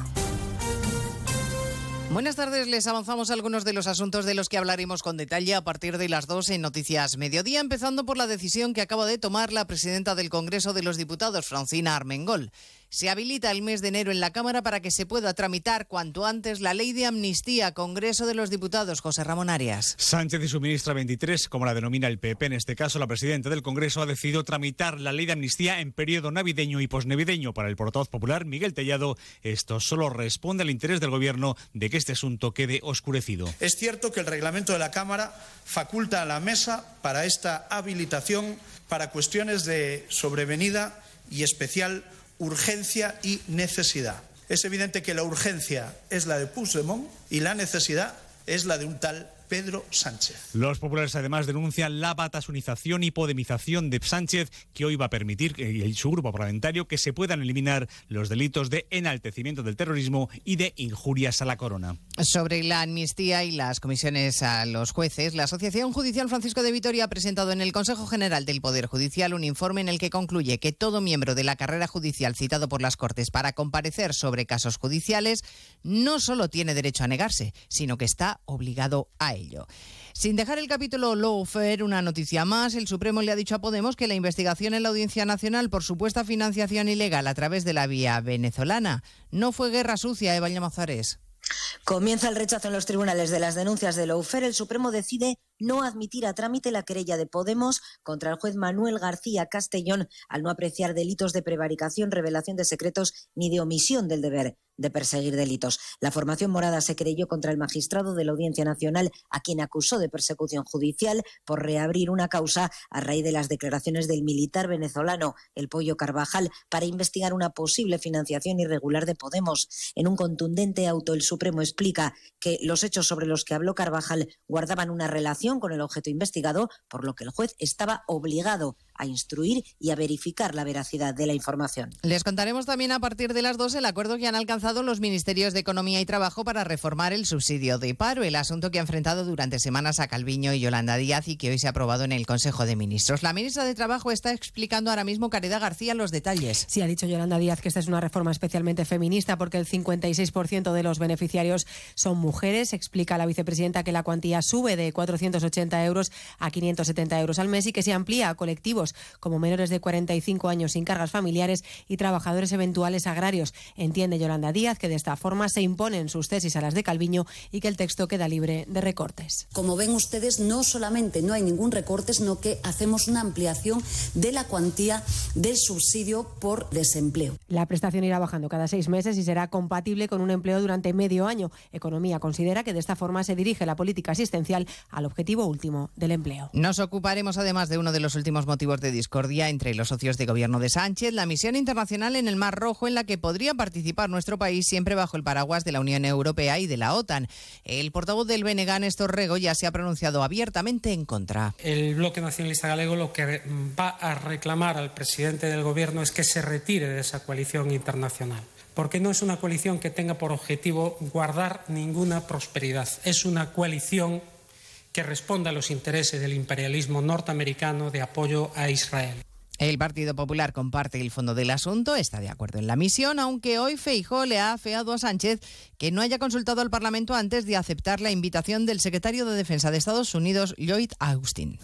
Buenas tardes, les avanzamos algunos de los asuntos de los que hablaremos con detalle a partir de las 2 en Noticias Mediodía, empezando por la decisión que acaba de tomar la presidenta del Congreso de los Diputados, Francina Armengol. Se habilita el mes de enero en la Cámara para que se pueda tramitar cuanto antes la ley de amnistía. Congreso de los Diputados, José Ramón Arias. Sánchez y su ministra 23, como la denomina el PP, en este caso la presidenta del Congreso, ha decidido tramitar la ley de amnistía en periodo navideño y posnavideño. Para el portavoz popular, Miguel Tellado, esto solo responde al interés del Gobierno de que este asunto quede oscurecido. Es cierto que el reglamento de la Cámara faculta a la Mesa para esta habilitación para cuestiones de sobrevenida y especial urgencia y necesidad. Es evidente que la urgencia es la de Puigdemont y la necesidad es la de un tal Pedro Sánchez. Los populares además denuncian la batasunización y podemización de Sánchez, que hoy va a permitir, y su grupo parlamentario, que se puedan eliminar los delitos de enaltecimiento del terrorismo y de injurias a la corona. Sobre la amnistía y las comisiones a los jueces, la Asociación Judicial Francisco de Vitoria ha presentado en el Consejo General del Poder Judicial un informe en el que concluye que todo miembro de la carrera judicial citado por las Cortes para comparecer sobre casos judiciales no solo tiene derecho a negarse, sino que está obligado a ello. Sin dejar el capítulo lawfare, una noticia más, el Supremo le ha dicho a Podemos que la investigación en la Audiencia Nacional por supuesta financiación ilegal a través de la vía venezolana no fue guerra sucia, Eva Llamazares. Comienza el rechazo en los tribunales de las denuncias de lawfare. El Supremo decide no admitir a trámite la querella de Podemos contra el juez Manuel García Castellón al no apreciar delitos de prevaricación, revelación de secretos ni de omisión del deber de perseguir delitos. La formación morada se querelló contra el magistrado de la Audiencia Nacional, a quien acusó de persecución judicial por reabrir una causa a raíz de las declaraciones del militar venezolano El Pollo Carvajal para investigar una posible financiación irregular de Podemos. En un contundente auto, el Supremo explica que los hechos sobre los que habló Carvajal guardaban una relación con el objeto investigado, por lo que el juez estaba obligado a instruir y a verificar la veracidad de la información. Les contaremos también a partir de las 2 el acuerdo que han alcanzado los Ministerios de Economía y Trabajo para reformar el subsidio de paro, el asunto que ha enfrentado durante semanas a Calviño y Yolanda Díaz y que hoy se ha aprobado en el Consejo de Ministros. La ministra de Trabajo está explicando ahora mismo, Caridad García, los detalles. Sí, ha dicho Yolanda Díaz que esta es una reforma especialmente feminista porque el 56% de los beneficiarios son mujeres. Explica la vicepresidenta que la cuantía sube de 480 euros a 570 euros al mes y que se amplía a colectivos como menores de 45 años sin cargas familiares y trabajadores eventuales agrarios. Entiende Yolanda Díaz que de esta forma se imponen sus tesis a las de Calviño y que el texto queda libre de recortes. Como ven ustedes, no solamente no hay ningún recorte, sino que hacemos una ampliación de la cuantía del subsidio por desempleo. La prestación irá bajando cada 6 meses y será compatible con un empleo durante medio año. Economía considera que de esta forma se dirige la política asistencial al objetivo último del empleo. Nos ocuparemos además de uno de los últimos motivos de discordia entre los socios de gobierno de Sánchez, la misión internacional en el Mar Rojo en la que podría participar nuestro país siempre bajo el paraguas de la Unión Europea y de la OTAN. El portavoz del BNG, Néstor Rego, ya se ha pronunciado abiertamente en contra. El Bloque Nacionalista Galego lo que va a reclamar al presidente del gobierno es que se retire de esa coalición internacional, porque no es una coalición que tenga por objetivo guardar ninguna prosperidad, es una coalición que responda a los intereses del imperialismo norteamericano de apoyo a Israel. El Partido Popular comparte el fondo del asunto, está de acuerdo en la misión, aunque hoy Feijóo le ha afeado a Sánchez que no haya consultado al Parlamento antes de aceptar la invitación del secretario de Defensa de Estados Unidos, Lloyd Austin.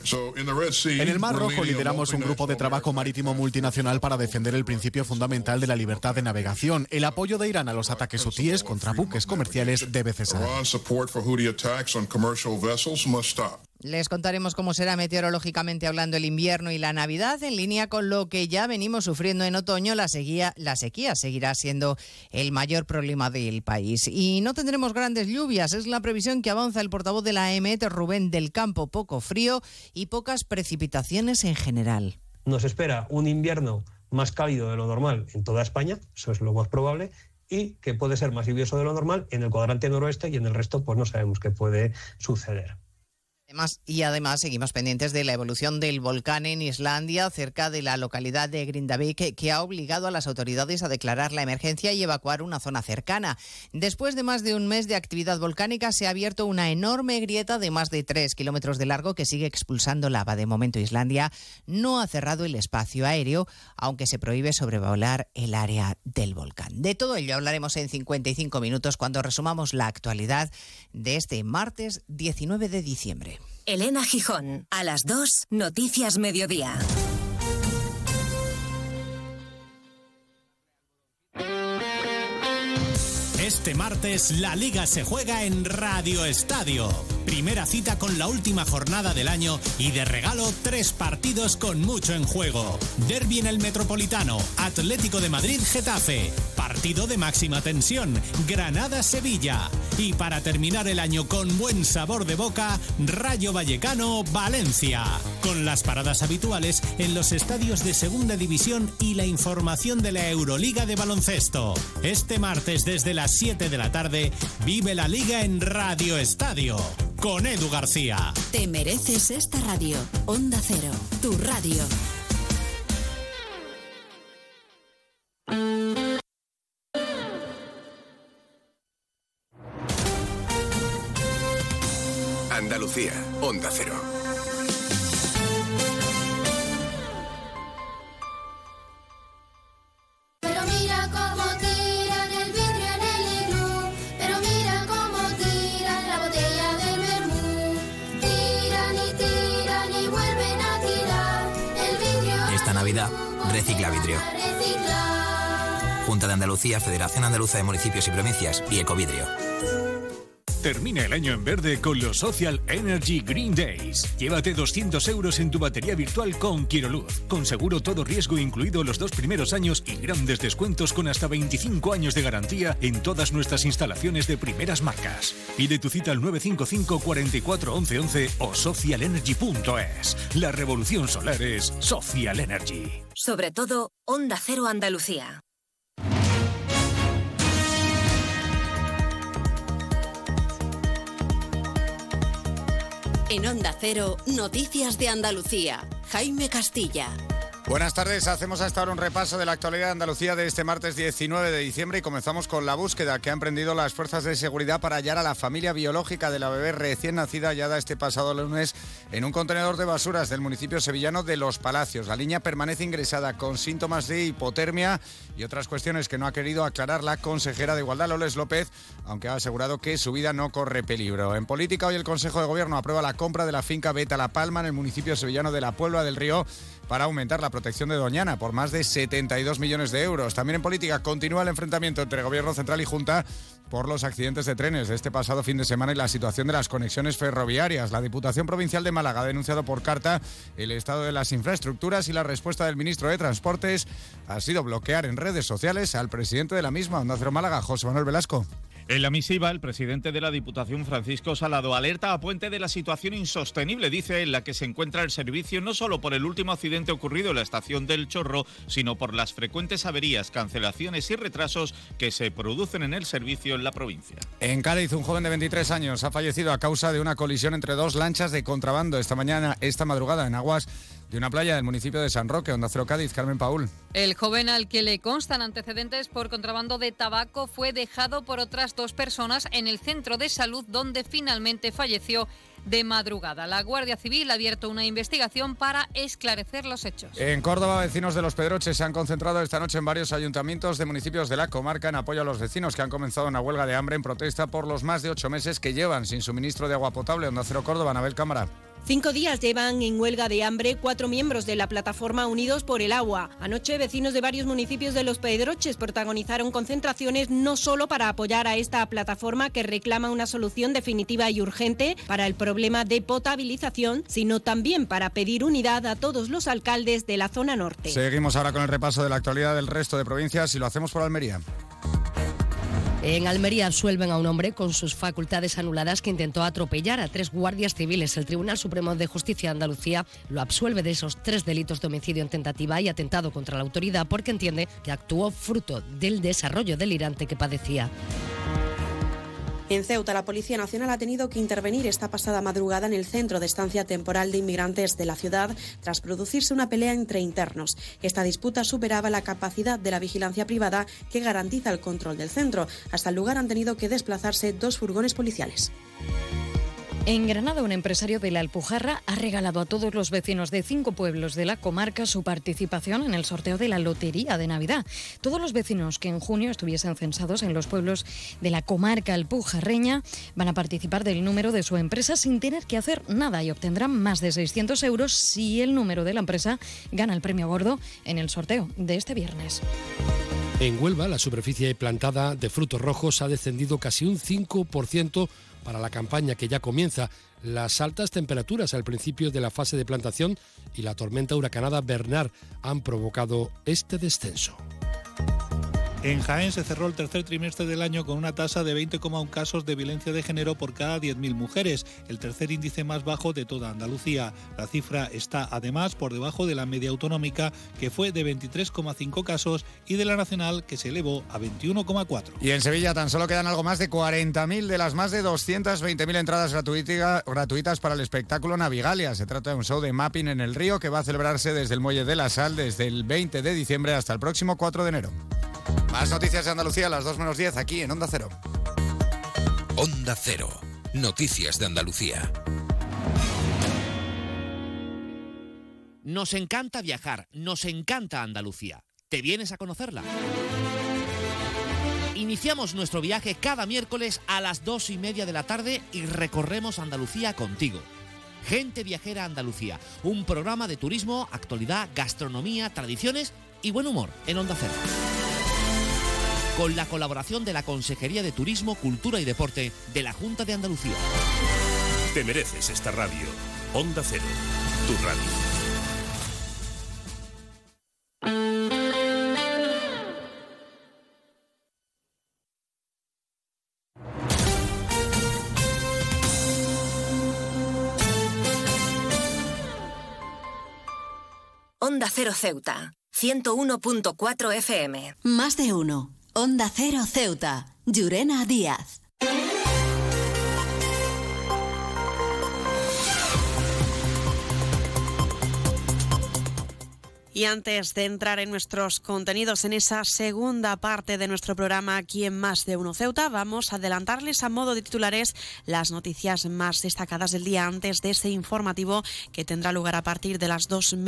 En el Mar Rojo lideramos un grupo de trabajo marítimo multinacional para defender el principio fundamental de la libertad de navegación. El apoyo de Irán a los ataques hutíes contra buques comerciales debe cesar. Les contaremos cómo será meteorológicamente hablando el invierno y la Navidad. En línea con lo que ya venimos sufriendo en otoño, la sequía seguirá siendo el mayor problema del país. Y no tendremos grandes lluvias, es la previsión que avanza el portavoz de la EMET, Rubén del Campo. Poco frío y pocas precipitaciones en general. Nos espera un invierno más cálido de lo normal en toda España, eso es lo más probable, y que puede ser más lluvioso de lo normal en el cuadrante noroeste y en el resto pues no sabemos qué puede suceder. Además, seguimos pendientes de la evolución del volcán en Islandia, cerca de la localidad de Grindavik, que ha obligado a las autoridades a declarar la emergencia y evacuar una zona cercana. Después de más de un mes de actividad volcánica, se ha abierto una enorme grieta de más de 3 kilómetros de largo que sigue expulsando lava. De momento, Islandia no ha cerrado el espacio aéreo, aunque se prohíbe sobrevolar el área del volcán. De todo ello hablaremos en 55 minutos cuando resumamos la actualidad de este martes 19 de diciembre. Elena Gijón, a las 2, Noticias Mediodía. Este martes la Liga se juega en Radio Estadio. Primera cita con la última jornada del año y de regalo 3 partidos con mucho en juego. Derbi en el Metropolitano, Atlético de Madrid-Getafe. Partido de máxima tensión, Granada-Sevilla. Y para terminar el año con buen sabor de boca, Rayo Vallecano-Valencia. Con las paradas habituales en los estadios de Segunda División y la información de la Euroliga de baloncesto. Este martes desde las 7 de la tarde, vive la Liga en Radio Estadio. Con Edu García. Te mereces esta radio. Onda Cero, tu radio. Andalucía, Onda Cero. Pero mira cómo tiran el vidrio en el iglú, pero mira cómo tiran la botella del vermú. Tiran y vuelven a tirar el vidrio. Esta Navidad, recicla vidrio. Junta de Andalucía, Federación Andaluza de Municipios y Provincias y Ecovidrio. Termina el año en verde con los Social Energy Green Days. Llévate 200 euros en tu batería virtual con Quiroluz. Con seguro todo riesgo incluido los 2 primeros años y grandes descuentos con hasta 25 años de garantía en todas nuestras instalaciones de primeras marcas. Pide tu cita al 955 44 11 11 o socialenergy.es. La revolución solar es Social Energy. Sobre todo, Onda Cero Andalucía. En Onda Cero, Noticias de Andalucía. Jaime Castilla. Buenas tardes, hacemos hasta ahora un repaso de la actualidad de Andalucía de este martes 19 de diciembre y comenzamos con la búsqueda que han emprendido las fuerzas de seguridad para hallar a la familia biológica de la bebé recién nacida hallada este pasado lunes en un contenedor de basuras del municipio sevillano de Los Palacios. La niña permanece ingresada con síntomas de hipotermia y otras cuestiones que no ha querido aclarar la consejera de Igualdad, Loles López, aunque ha asegurado que su vida no corre peligro. En política, hoy el Consejo de Gobierno aprueba la compra de la finca Beta La Palma en el municipio sevillano de La Puebla del Río para aumentar la protección de Doñana por más de 72 millones de euros. También en política continúa el enfrentamiento entre Gobierno Central y Junta por los accidentes de trenes de este pasado fin de semana y la situación de las conexiones ferroviarias. La Diputación Provincial de Málaga ha denunciado por carta el estado de las infraestructuras y la respuesta del ministro de Transportes ha sido bloquear en redes sociales al presidente de la misma, Onda Cero Málaga, José Manuel Velasco. En la misiva, el presidente de la Diputación, Francisco Salado, alerta a Puente de la situación insostenible, dice, en la que se encuentra el servicio, no solo por el último accidente ocurrido en la estación del Chorro, sino por las frecuentes averías, cancelaciones y retrasos que se producen en el servicio en la provincia. En Cádiz, un joven de 23 años ha fallecido a causa de una colisión entre 2 lanchas de contrabando esta madrugada en aguas de una playa del municipio de San Roque. Onda Cero Cádiz, Carmen Paúl. El joven, al que le constan antecedentes por contrabando de tabaco, fue dejado por otras 2 personas en el centro de salud, donde finalmente falleció de madrugada. La Guardia Civil ha abierto una investigación para esclarecer los hechos. En Córdoba, vecinos de Los Pedroches se han concentrado esta noche en varios ayuntamientos de municipios de la comarca en apoyo a los vecinos que han comenzado una huelga de hambre en protesta por los más de 8 meses que llevan sin suministro de agua potable. Onda Cero Córdoba, Anabel Cámara. 5 días llevan en huelga de hambre 4 miembros de la plataforma Unidos por el Agua. Anoche, vecinos de varios municipios de Los Pedroches protagonizaron concentraciones no solo para apoyar a esta plataforma que reclama una solución definitiva y urgente para el problema de potabilización, sino también para pedir unidad a todos los alcaldes de la zona norte. Seguimos ahora con el repaso de la actualidad del resto de provincias y lo hacemos por Almería. En Almería absuelven a un hombre con sus facultades anuladas que intentó atropellar a 3 guardias civiles. El Tribunal Supremo de Justicia de Andalucía lo absuelve de esos 3 delitos de homicidio en tentativa y atentado contra la autoridad porque entiende que actuó fruto del desarrollo delirante que padecía. En Ceuta, la Policía Nacional ha tenido que intervenir esta pasada madrugada en el centro de estancia temporal de inmigrantes de la ciudad tras producirse una pelea entre internos. Esta disputa superaba la capacidad de la vigilancia privada que garantiza el control del centro. Hasta el lugar han tenido que desplazarse 2 furgones policiales. En Granada, un empresario de la Alpujarra ha regalado a todos los vecinos de 5 pueblos de la comarca su participación en el sorteo de la Lotería de Navidad. Todos los vecinos que en junio estuviesen censados en los pueblos de la comarca alpujarreña van a participar del número de su empresa sin tener que hacer nada y obtendrán más de 600 euros si el número de la empresa gana el premio gordo en el sorteo de este viernes. En Huelva, la superficie plantada de frutos rojos ha descendido casi un 5% para la campaña que ya comienza. Las altas temperaturas al principio de la fase de plantación y la tormenta huracanada Bernard han provocado este descenso. En Jaén se cerró el tercer trimestre del año con una tasa de 20,1 casos de violencia de género por cada 10.000 mujeres, el tercer índice más bajo de toda Andalucía. La cifra está además por debajo de la media autonómica, que fue de 23,5 casos, y de la nacional, que se elevó a 21,4. Y en Sevilla tan solo quedan algo más de 40.000 de las más de 220.000 entradas gratuitas para el espectáculo Navigalia. Se trata de un show de mapping en el río que va a celebrarse desde el Muelle de la Sal desde el 20 de diciembre hasta el próximo 4 de enero. Más noticias de Andalucía a las 2:10 aquí en Onda Cero. Onda Cero. Noticias de Andalucía. Nos encanta viajar, nos encanta Andalucía. ¿Te vienes a conocerla? Iniciamos nuestro viaje cada miércoles a las 2:30 de la tarde y recorremos Andalucía contigo. Gente Viajera Andalucía, un programa de turismo, actualidad, gastronomía, tradiciones y buen humor en Onda Cero. Con la colaboración de la Consejería de Turismo, Cultura y Deporte de la Junta de Andalucía. Te mereces esta radio. Onda Cero, tu radio. Onda Cero Ceuta, 101.4 FM. Más de uno. Onda Cero Ceuta, Llurena Díaz. Y antes de entrar en nuestros contenidos en esa segunda parte de nuestro programa aquí en Más de Uno Ceuta, vamos a adelantarles a modo de titulares las noticias más destacadas del día antes de ese informativo que tendrá lugar a partir de las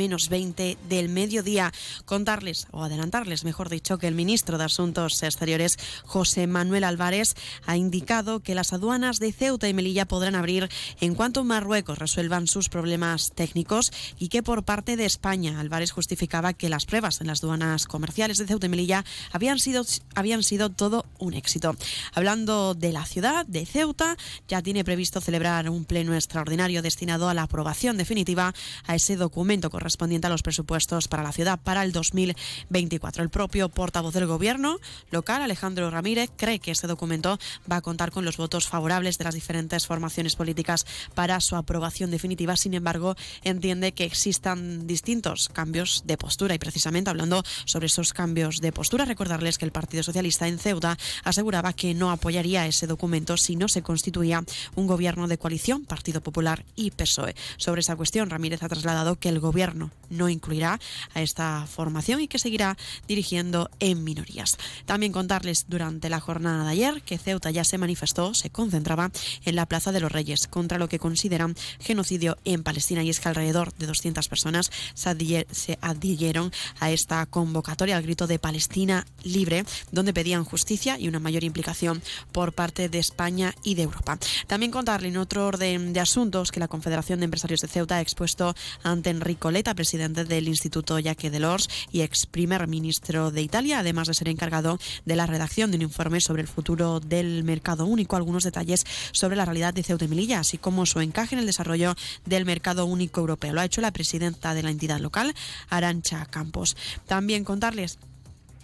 2:20 del mediodía. Contarles, o adelantarles mejor dicho, que el ministro de Asuntos Exteriores, José Manuel Álvarez, ha indicado que las aduanas de Ceuta y Melilla podrán abrir en cuanto Marruecos resuelvan sus problemas técnicos, y que por parte de España, Álvarez justificaba que las pruebas en las aduanas comerciales de Ceuta y Melilla habían sido todo un éxito. Hablando de la ciudad de Ceuta, ya tiene previsto celebrar un pleno extraordinario destinado a la aprobación definitiva a ese documento correspondiente a los presupuestos para la ciudad para el 2024. El propio portavoz del gobierno local, Alejandro Ramírez, cree que este documento va a contar con los votos favorables de las diferentes formaciones políticas para su aprobación definitiva. Sin embargo, entiende que existan distintos cambios de postura, y precisamente hablando sobre esos cambios de postura, recordarles que el Partido Socialista en Ceuta aseguraba que no apoyaría ese documento si no se constituía un gobierno de coalición, Partido Popular y PSOE. Sobre esa cuestión, Ramírez ha trasladado que el gobierno no incluirá a esta formación y que seguirá dirigiendo en minorías. También contarles durante la jornada de ayer que Ceuta ya se manifestó, se concentraba en la Plaza de los Reyes contra lo que consideran genocidio en Palestina, y es que alrededor de 200 personas se adhirieron a esta convocatoria al grito de Palestina libre, donde pedían justicia y una mayor implicación por parte de España y de Europa. También contarle en otro orden de asuntos que la Confederación de Empresarios de Ceuta ha expuesto ante Enrico Letta, presidente del Instituto Jacques Delors y ex primer ministro de Italia, además de ser encargado de la redacción de un informe sobre el futuro del mercado único, algunos detalles sobre la realidad de Ceuta y Melilla, así como su encaje en el desarrollo del mercado único europeo. Lo ha hecho la presidenta de la entidad local, Arantxa Campos. También contarles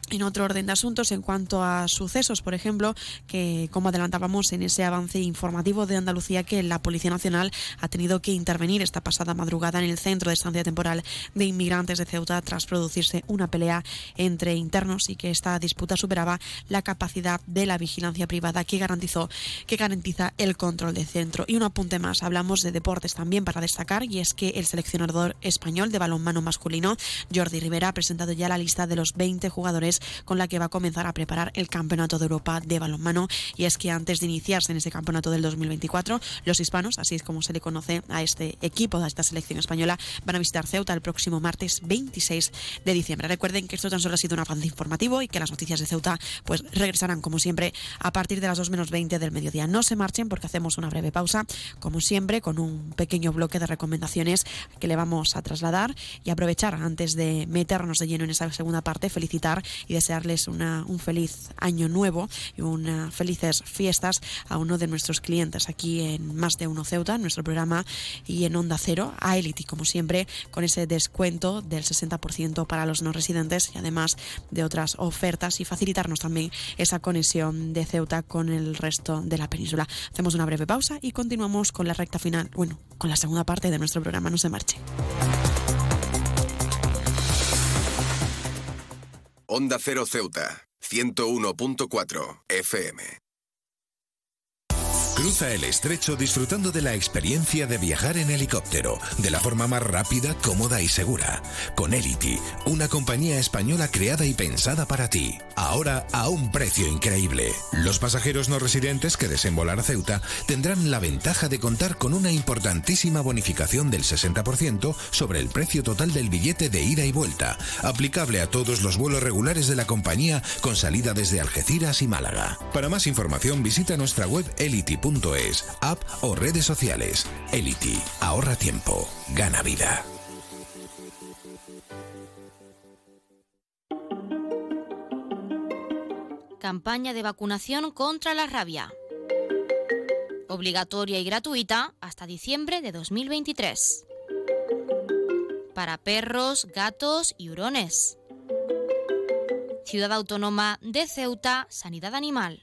En otro orden de asuntos, en cuanto a sucesos, por ejemplo, que como adelantábamos en ese avance informativo de Andalucía, que la Policía Nacional ha tenido que intervenir esta pasada madrugada en el centro de estancia temporal de inmigrantes de Ceuta tras producirse una pelea entre internos y que esta disputa superaba la capacidad de la vigilancia privada que garantiza el control del centro. Y un apunte más, hablamos de deportes también para destacar, y es que el seleccionador español de balonmano masculino, Jordi Rivera, ha presentado ya la lista de los 20 jugadores con la que va a comenzar a preparar el Campeonato de Europa de balonmano. Y es que antes de iniciarse en ese campeonato del 2024, los hispanos, así es como se le conoce a este equipo, a esta selección española, van a visitar Ceuta el próximo martes 26 de diciembre. Recuerden que esto tan solo ha sido un avance informativo y que las noticias de Ceuta pues regresarán como siempre a partir de las 2 menos 20 del mediodía. No se marchen porque hacemos una breve pausa, como siempre, con un pequeño bloque de recomendaciones que le vamos a trasladar, y aprovechar antes de meternos de lleno en esa segunda parte, felicitar y desearles un feliz año nuevo y unas felices fiestas a uno de nuestros clientes aquí en Más de Uno Ceuta, en nuestro programa, y en Onda Cero, a Elity, como siempre, con ese descuento del 60% para los no residentes y además de otras ofertas, y facilitarnos también esa conexión de Ceuta con el resto de la península. Hacemos una breve pausa y continuamos con la recta final, con la segunda parte de nuestro programa. No se marche. Onda Cero Ceuta, 101.4 FM. Cruza el estrecho disfrutando de la experiencia de viajar en helicóptero, de la forma más rápida, cómoda y segura. Con Elity, una compañía española creada y pensada para ti. Ahora a un precio increíble. Los pasajeros no residentes que deseen volar a Ceuta tendrán la ventaja de contar con una importantísima bonificación del 60% sobre el precio total del billete de ida y vuelta, aplicable a todos los vuelos regulares de la compañía con salida desde Algeciras y Málaga. Para más información visita nuestra web elity.es, app o redes sociales. Elity, ahorra tiempo, gana vida. Campaña de vacunación contra la rabia. Obligatoria y gratuita hasta diciembre de 2023. Para perros, gatos y hurones. Ciudad Autónoma de Ceuta, Sanidad Animal.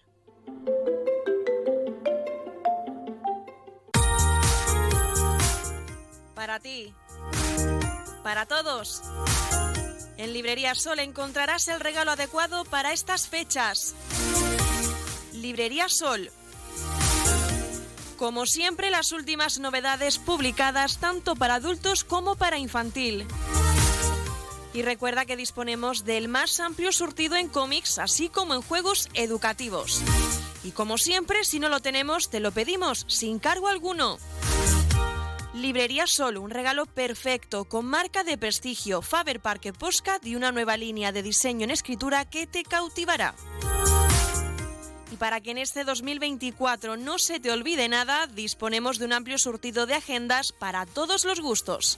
Para ti, para todos. En Librería Sol encontrarás el regalo adecuado para estas fechas. Librería Sol. Como siempre, las últimas novedades publicadas tanto para adultos como para infantil. Y recuerda que disponemos del más amplio surtido en cómics, así como en juegos educativos. Y como siempre, si no lo tenemos, te lo pedimos sin cargo alguno. Librería Sol, un regalo perfecto, con marca de prestigio, Faber Parque Postcard y una nueva línea de diseño en escritura que te cautivará. Y para que en este 2024 no se te olvide nada, disponemos de un amplio surtido de agendas para todos los gustos.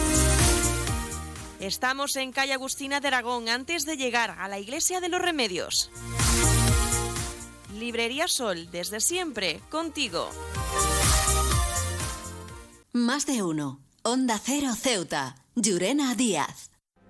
Estamos en calle Agustina de Aragón, antes de llegar a la Iglesia de los Remedios. Librería Sol, desde siempre, contigo. Más de uno. Onda Cero Ceuta. Llurena Díaz.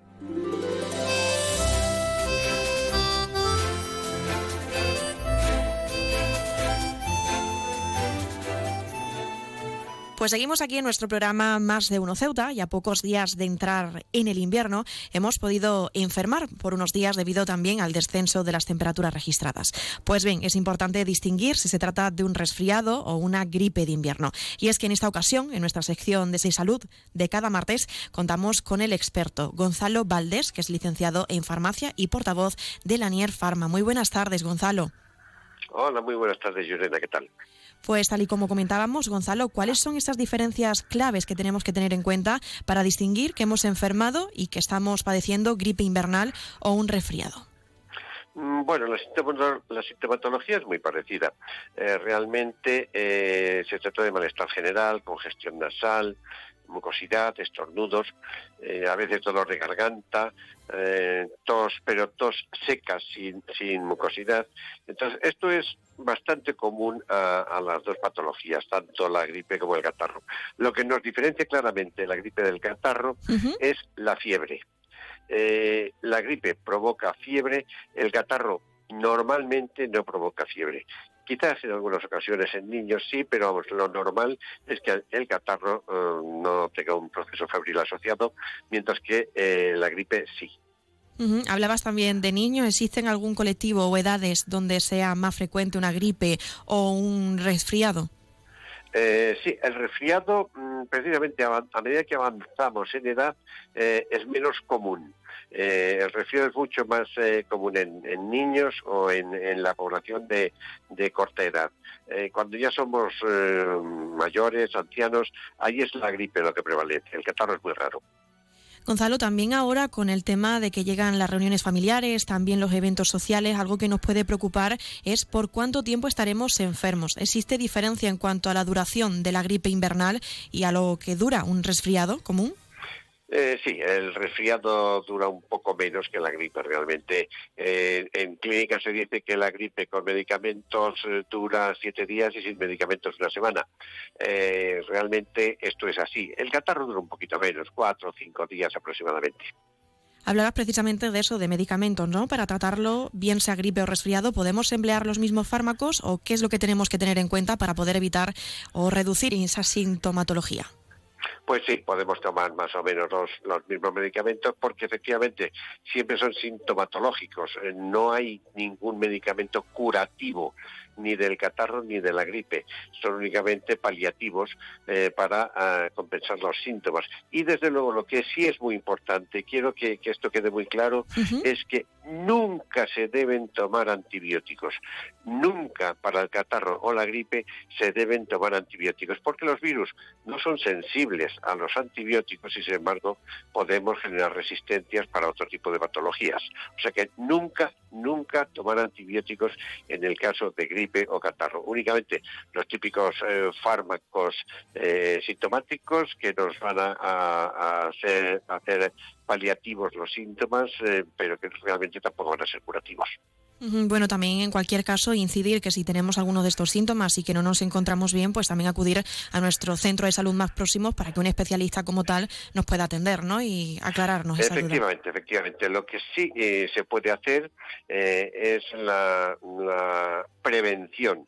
Pues seguimos aquí en nuestro programa Más de Uno Ceuta, y a pocos días de entrar en el invierno hemos podido enfermar por unos días debido también al descenso de las temperaturas registradas. Pues bien, es importante distinguir si se trata de un resfriado o una gripe de invierno. Y es que en esta ocasión, en nuestra sección de Salud de cada martes, contamos con el experto Gonzalo Valdés, que es licenciado en farmacia y portavoz de Lanier Pharma. Muy buenas tardes, Gonzalo. Hola, muy buenas tardes, Llurena, ¿qué tal? Pues tal y como comentábamos, Gonzalo, ¿cuáles son estas diferencias claves que tenemos que tener en cuenta para distinguir que hemos enfermado y que estamos padeciendo gripe invernal o un resfriado? Bueno, la sintomatología es muy parecida. Realmente se trata de malestar general, congestión nasal, mucosidad, estornudos, a veces dolor de garganta, tos, pero tos seca sin mucosidad. Entonces, esto es bastante común a las dos patologías, tanto la gripe como el catarro. Lo que nos diferencia claramente la gripe del catarro es la fiebre. La gripe provoca fiebre, el catarro normalmente no provoca fiebre. Quizás en algunas ocasiones en niños sí, pero vamos, lo normal es que el catarro no tenga un proceso febril asociado, mientras que la gripe sí. Hablabas también de niños. ¿Existen algún colectivo o edades donde sea más frecuente una gripe o un resfriado? Sí, el resfriado, precisamente a medida que avanzamos en edad, es menos común. El resfriado es mucho más común en niños o en la población de corta edad. Cuando ya somos mayores, ancianos, ahí es la gripe lo que prevalece. El catarro es muy raro. Gonzalo, también ahora con el tema de que llegan las reuniones familiares, también los eventos sociales, algo que nos puede preocupar es por cuánto tiempo estaremos enfermos. ¿Existe diferencia en cuanto a la duración de la gripe invernal y a lo que dura un resfriado común? Sí, el resfriado dura un poco menos que la gripe realmente. En clínica se dice que la gripe con medicamentos dura 7 días y sin medicamentos 1 semana. Realmente esto es así. El catarro dura un poquito menos, 4 o 5 días aproximadamente. Hablabas precisamente de eso, de medicamentos, ¿no? Para tratarlo, bien sea gripe o resfriado, ¿podemos emplear los mismos fármacos o qué es lo que tenemos que tener en cuenta para poder evitar o reducir esa sintomatología? Pues sí, podemos tomar más o menos los mismos medicamentos porque efectivamente siempre son sintomatológicos. No hay ningún medicamento curativo ni del catarro ni de la gripe. Son únicamente paliativos para compensar los síntomas. Y desde luego lo que sí es muy importante, quiero que esto quede muy claro, es que nunca se deben tomar antibióticos. Nunca para el catarro o la gripe se deben tomar antibióticos porque los virus no son sensibles a los antibióticos y sin embargo podemos generar resistencias para otro tipo de patologías. O sea que nunca tomar antibióticos en el caso de gripe o catarro. Únicamente los típicos fármacos sintomáticos que nos van a hacer paliativos los síntomas, pero que realmente tampoco van a ser curativos. Bueno, también en cualquier caso incidir que si tenemos alguno de estos síntomas y que no nos encontramos bien, pues también acudir a nuestro centro de salud más próximo para que un especialista como tal nos pueda atender, ¿no? Y aclararnos esa duda. Efectivamente. Lo que sí se puede hacer es la prevención.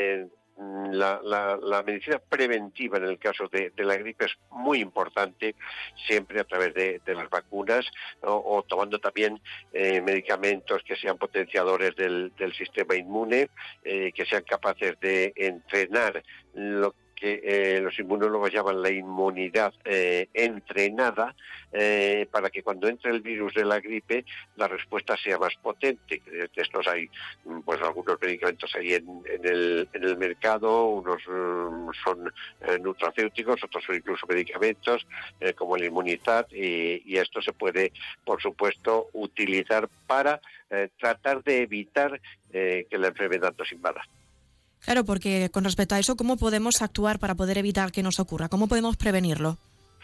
La medicina preventiva en el caso de la gripe es muy importante, siempre a través de las vacunas o tomando también medicamentos que sean potenciadores del sistema inmune, que sean capaces de entrenar lo que los inmunólogos llaman la inmunidad entrenada, para que cuando entre el virus de la gripe la respuesta sea más potente. De estos hay pues algunos medicamentos ahí en el mercado, unos son nutracéuticos, otros son incluso medicamentos como el Inmunizat, y esto se puede, por supuesto, utilizar para tratar de evitar que la enfermedad nos invada. Claro, porque con respecto a eso, ¿cómo podemos actuar para poder evitar que nos ocurra? ¿Cómo podemos prevenirlo?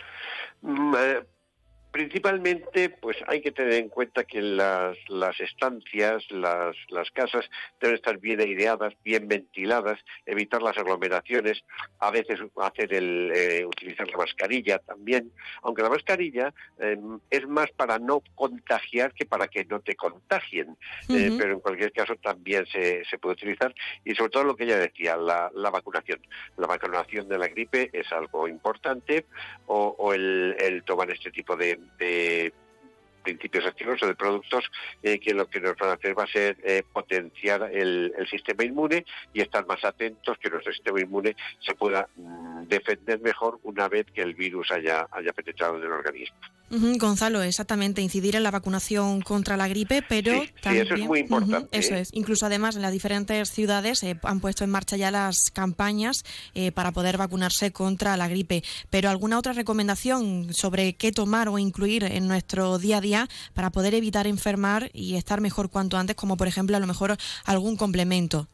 Principalmente, pues hay que tener en cuenta que las estancias, las casas deben estar bien aireadas, bien ventiladas, evitar las aglomeraciones, a veces utilizar la mascarilla también, aunque la mascarilla es más para no contagiar que para que no te contagien, pero en cualquier caso también se puede utilizar, y sobre todo lo que ella decía, la vacunación. La vacunación de la gripe es algo importante, o el tomar este tipo de principios activos o de productos que lo que nos van a hacer va a ser potenciar el sistema inmune y estar más atentos que nuestro sistema inmune se pueda defender mejor una vez que el virus haya penetrado en el organismo. Gonzalo, exactamente, incidir en la vacunación contra la gripe, pero también, eso es muy importante. Eso es. Incluso además en las diferentes ciudades han puesto en marcha ya las campañas para poder vacunarse contra la gripe. Pero ¿alguna otra recomendación sobre qué tomar o incluir en nuestro día a día para poder evitar enfermar y estar mejor cuanto antes, como por ejemplo a lo mejor algún complemento?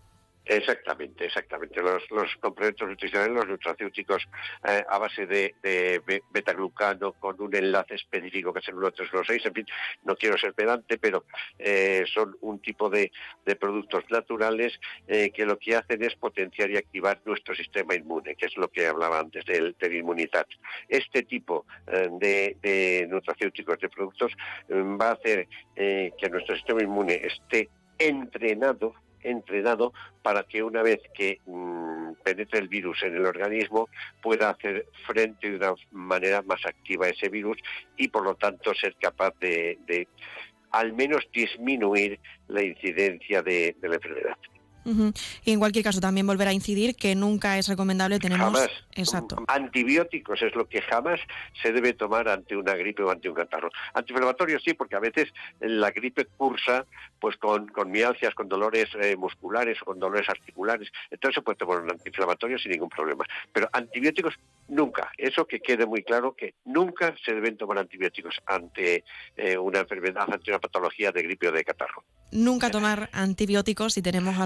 Exactamente. Los complementos nutricionales, los nutracéuticos a base de betaglucano con un enlace específico que es el 1316, en fin, no quiero ser pedante, pero son un tipo de productos naturales que lo que hacen es potenciar y activar nuestro sistema inmune, que es lo que hablaba antes del Inmunitat. Este tipo de nutracéuticos, de productos, va a hacer que nuestro sistema inmune esté entrenado para que una vez que penetre el virus en el organismo pueda hacer frente de una manera más activa a ese virus y por lo tanto ser capaz de al menos disminuir la incidencia de la enfermedad. Y en cualquier caso también volver a incidir que nunca es recomendable Jamás. Exacto. Antibióticos es lo que jamás se debe tomar ante una gripe o ante un catarro. Antiinflamatorios sí, porque a veces la gripe cursa pues con mialgias, con dolores musculares o con dolores articulares. Entonces se puede tomar un antiinflamatorio sin ningún problema. Pero antibióticos nunca. Eso que quede muy claro, que nunca se deben tomar antibióticos ante una enfermedad, ante una patología de gripe o de catarro. Nunca tomar antibióticos si tenemos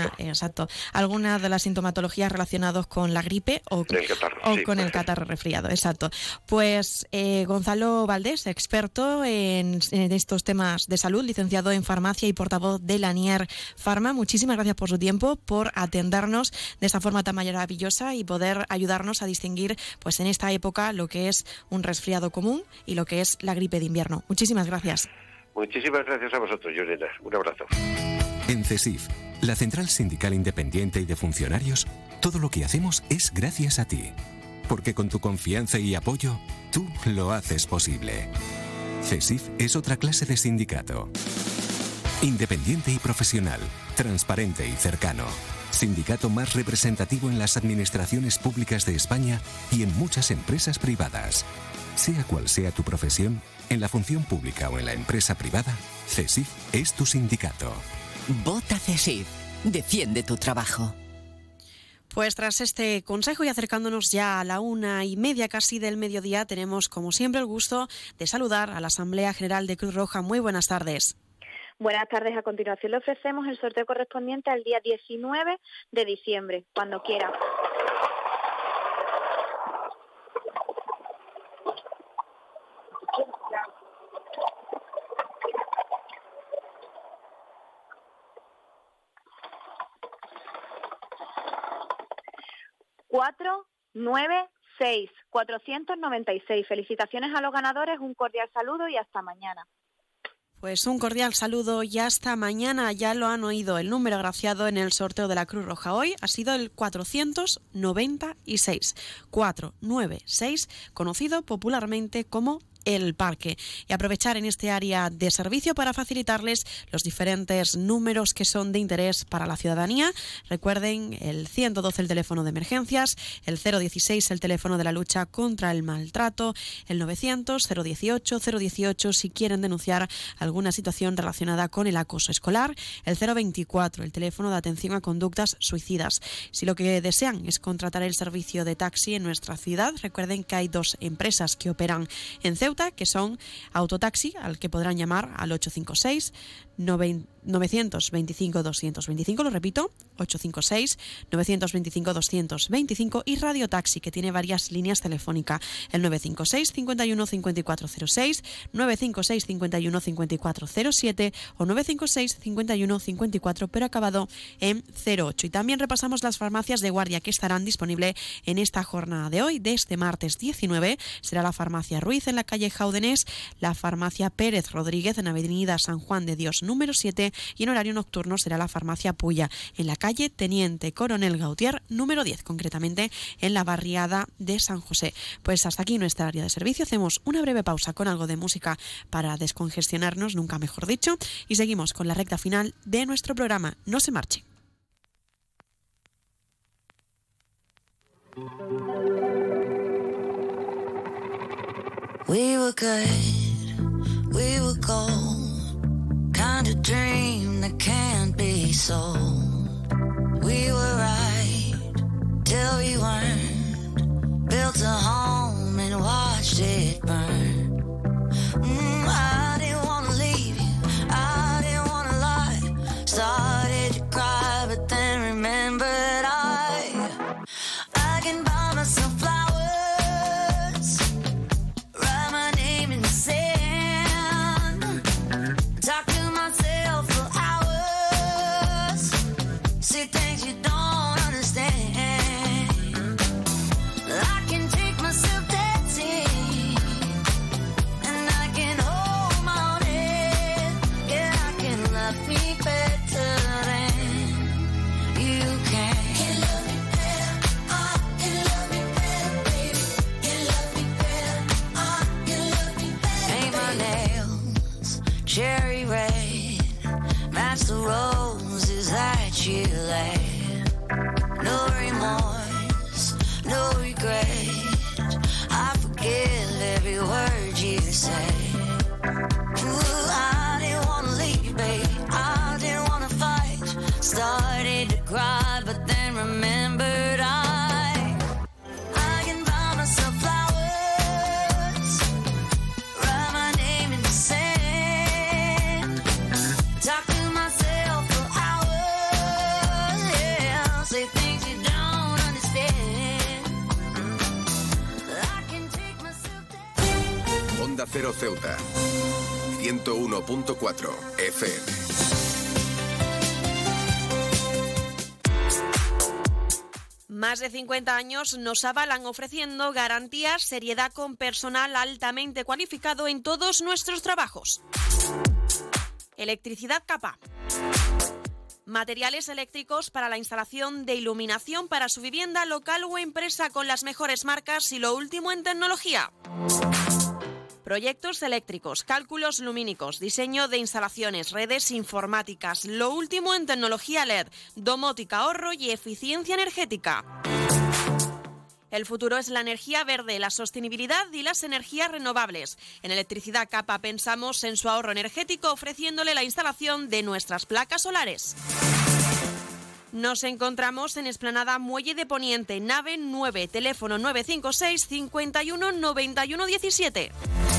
alguna de las sintomatologías relacionadas con la gripe o con el catarro resfriado. Exacto. Pues Gonzalo Valdés, experto en estos temas de salud, licenciado en farmacia y portavoz de Lanier Pharma, muchísimas gracias por su tiempo, por atendernos de esta forma tan maravillosa y poder ayudarnos a distinguir pues en esta época lo que es un resfriado común y lo que es la gripe de invierno. Muchísimas gracias. Muchísimas gracias a vosotros, Llorena. Un abrazo. En CESIF, la Central Sindical Independiente y de Funcionarios, todo lo que hacemos es gracias a ti. Porque con tu confianza y apoyo, tú lo haces posible. CESIF es otra clase de sindicato. Independiente y profesional, transparente y cercano. Sindicato más representativo en las administraciones públicas de España y en muchas empresas privadas. Sea cual sea tu profesión, en la función pública o en la empresa privada, CESIF es tu sindicato. Vota CESIF. Defiende tu trabajo. Pues tras este consejo y acercándonos ya a la 1:30 casi del mediodía, tenemos como siempre el gusto de saludar a la Asamblea General de Cruz Roja. Muy buenas tardes. Buenas tardes. A continuación le ofrecemos el sorteo correspondiente al día 19 de diciembre, cuando quiera. Cuatro, 9, 6, 496. Felicitaciones a los ganadores, un cordial saludo y hasta mañana. Pues un cordial saludo y hasta mañana. Ya lo han oído, el número agraciado en el sorteo de la Cruz Roja hoy ha sido el 496. 496, conocido popularmente como El Parque, y aprovechar en este área de servicio para facilitarles los diferentes números que son de interés para la ciudadanía. Recuerden el 112, el teléfono de emergencias, el 016, el teléfono de la lucha contra el maltrato, el 900 018 018 si quieren denunciar alguna situación relacionada con el acoso escolar, el 024, el teléfono de atención a conductas suicidas. Si lo que desean es contratar el servicio de taxi en nuestra ciudad, recuerden que hay dos empresas que operan en Ceuta, que son Autotaxi, al que podrán llamar al 856 925 225, lo repito, 856 925 225, y Radio Taxi, que tiene varias líneas telefónicas, el 956 51 5406, 956 51 5407 o 956 51 54 pero acabado en 08. Y también repasamos las farmacias de guardia que estarán disponibles en esta jornada de hoy, de este martes 19. Será la farmacia Ruiz en la calle Jaudenés, la farmacia Pérez Rodríguez en avenida San Juan de Dios número 7, y en horario nocturno será la farmacia Puya en la calle Teniente Coronel Gautier número 10, concretamente en la barriada de San José. Pues hasta aquí nuestra área de servicio. Hacemos una breve pausa con algo de música para descongestionarnos, nunca mejor dicho, y seguimos con la recta final de nuestro programa. No se marche. We were good, we were gold, kind of dream that can't be sold. We were right till we weren't, built a home and watched it burn. I didn't want to leave you, I didn't want to lie, started to cry but then remembered cherry red, match the roses that you laid. No remorse, no regret, I forgive every word you say. Ooh, I didn't wanna leave, babe, I didn't wanna fight. Started to cry, but then remembered I can buy myself flowers, write my name in the sand, talk to myself for hours, yeah, say things you don't understand. I can take myself there. Onda Cero Ceuta, 101.4 FM. Más de 50 años nos avalan ofreciendo garantías, seriedad con personal altamente cualificado en todos nuestros trabajos. Electricidad Capa. Materiales eléctricos para la instalación de iluminación para su vivienda, local o empresa con las mejores marcas y lo último en tecnología. Proyectos eléctricos, cálculos lumínicos, diseño de instalaciones, redes informáticas, lo último en tecnología LED, domótica, ahorro y eficiencia energética. El futuro es la energía verde, la sostenibilidad y las energías renovables. En Electricidad Capa pensamos en su ahorro energético ofreciéndole la instalación de nuestras placas solares. Nos encontramos en Explanada Muelle de Poniente, nave 9, teléfono 956 51 91 17.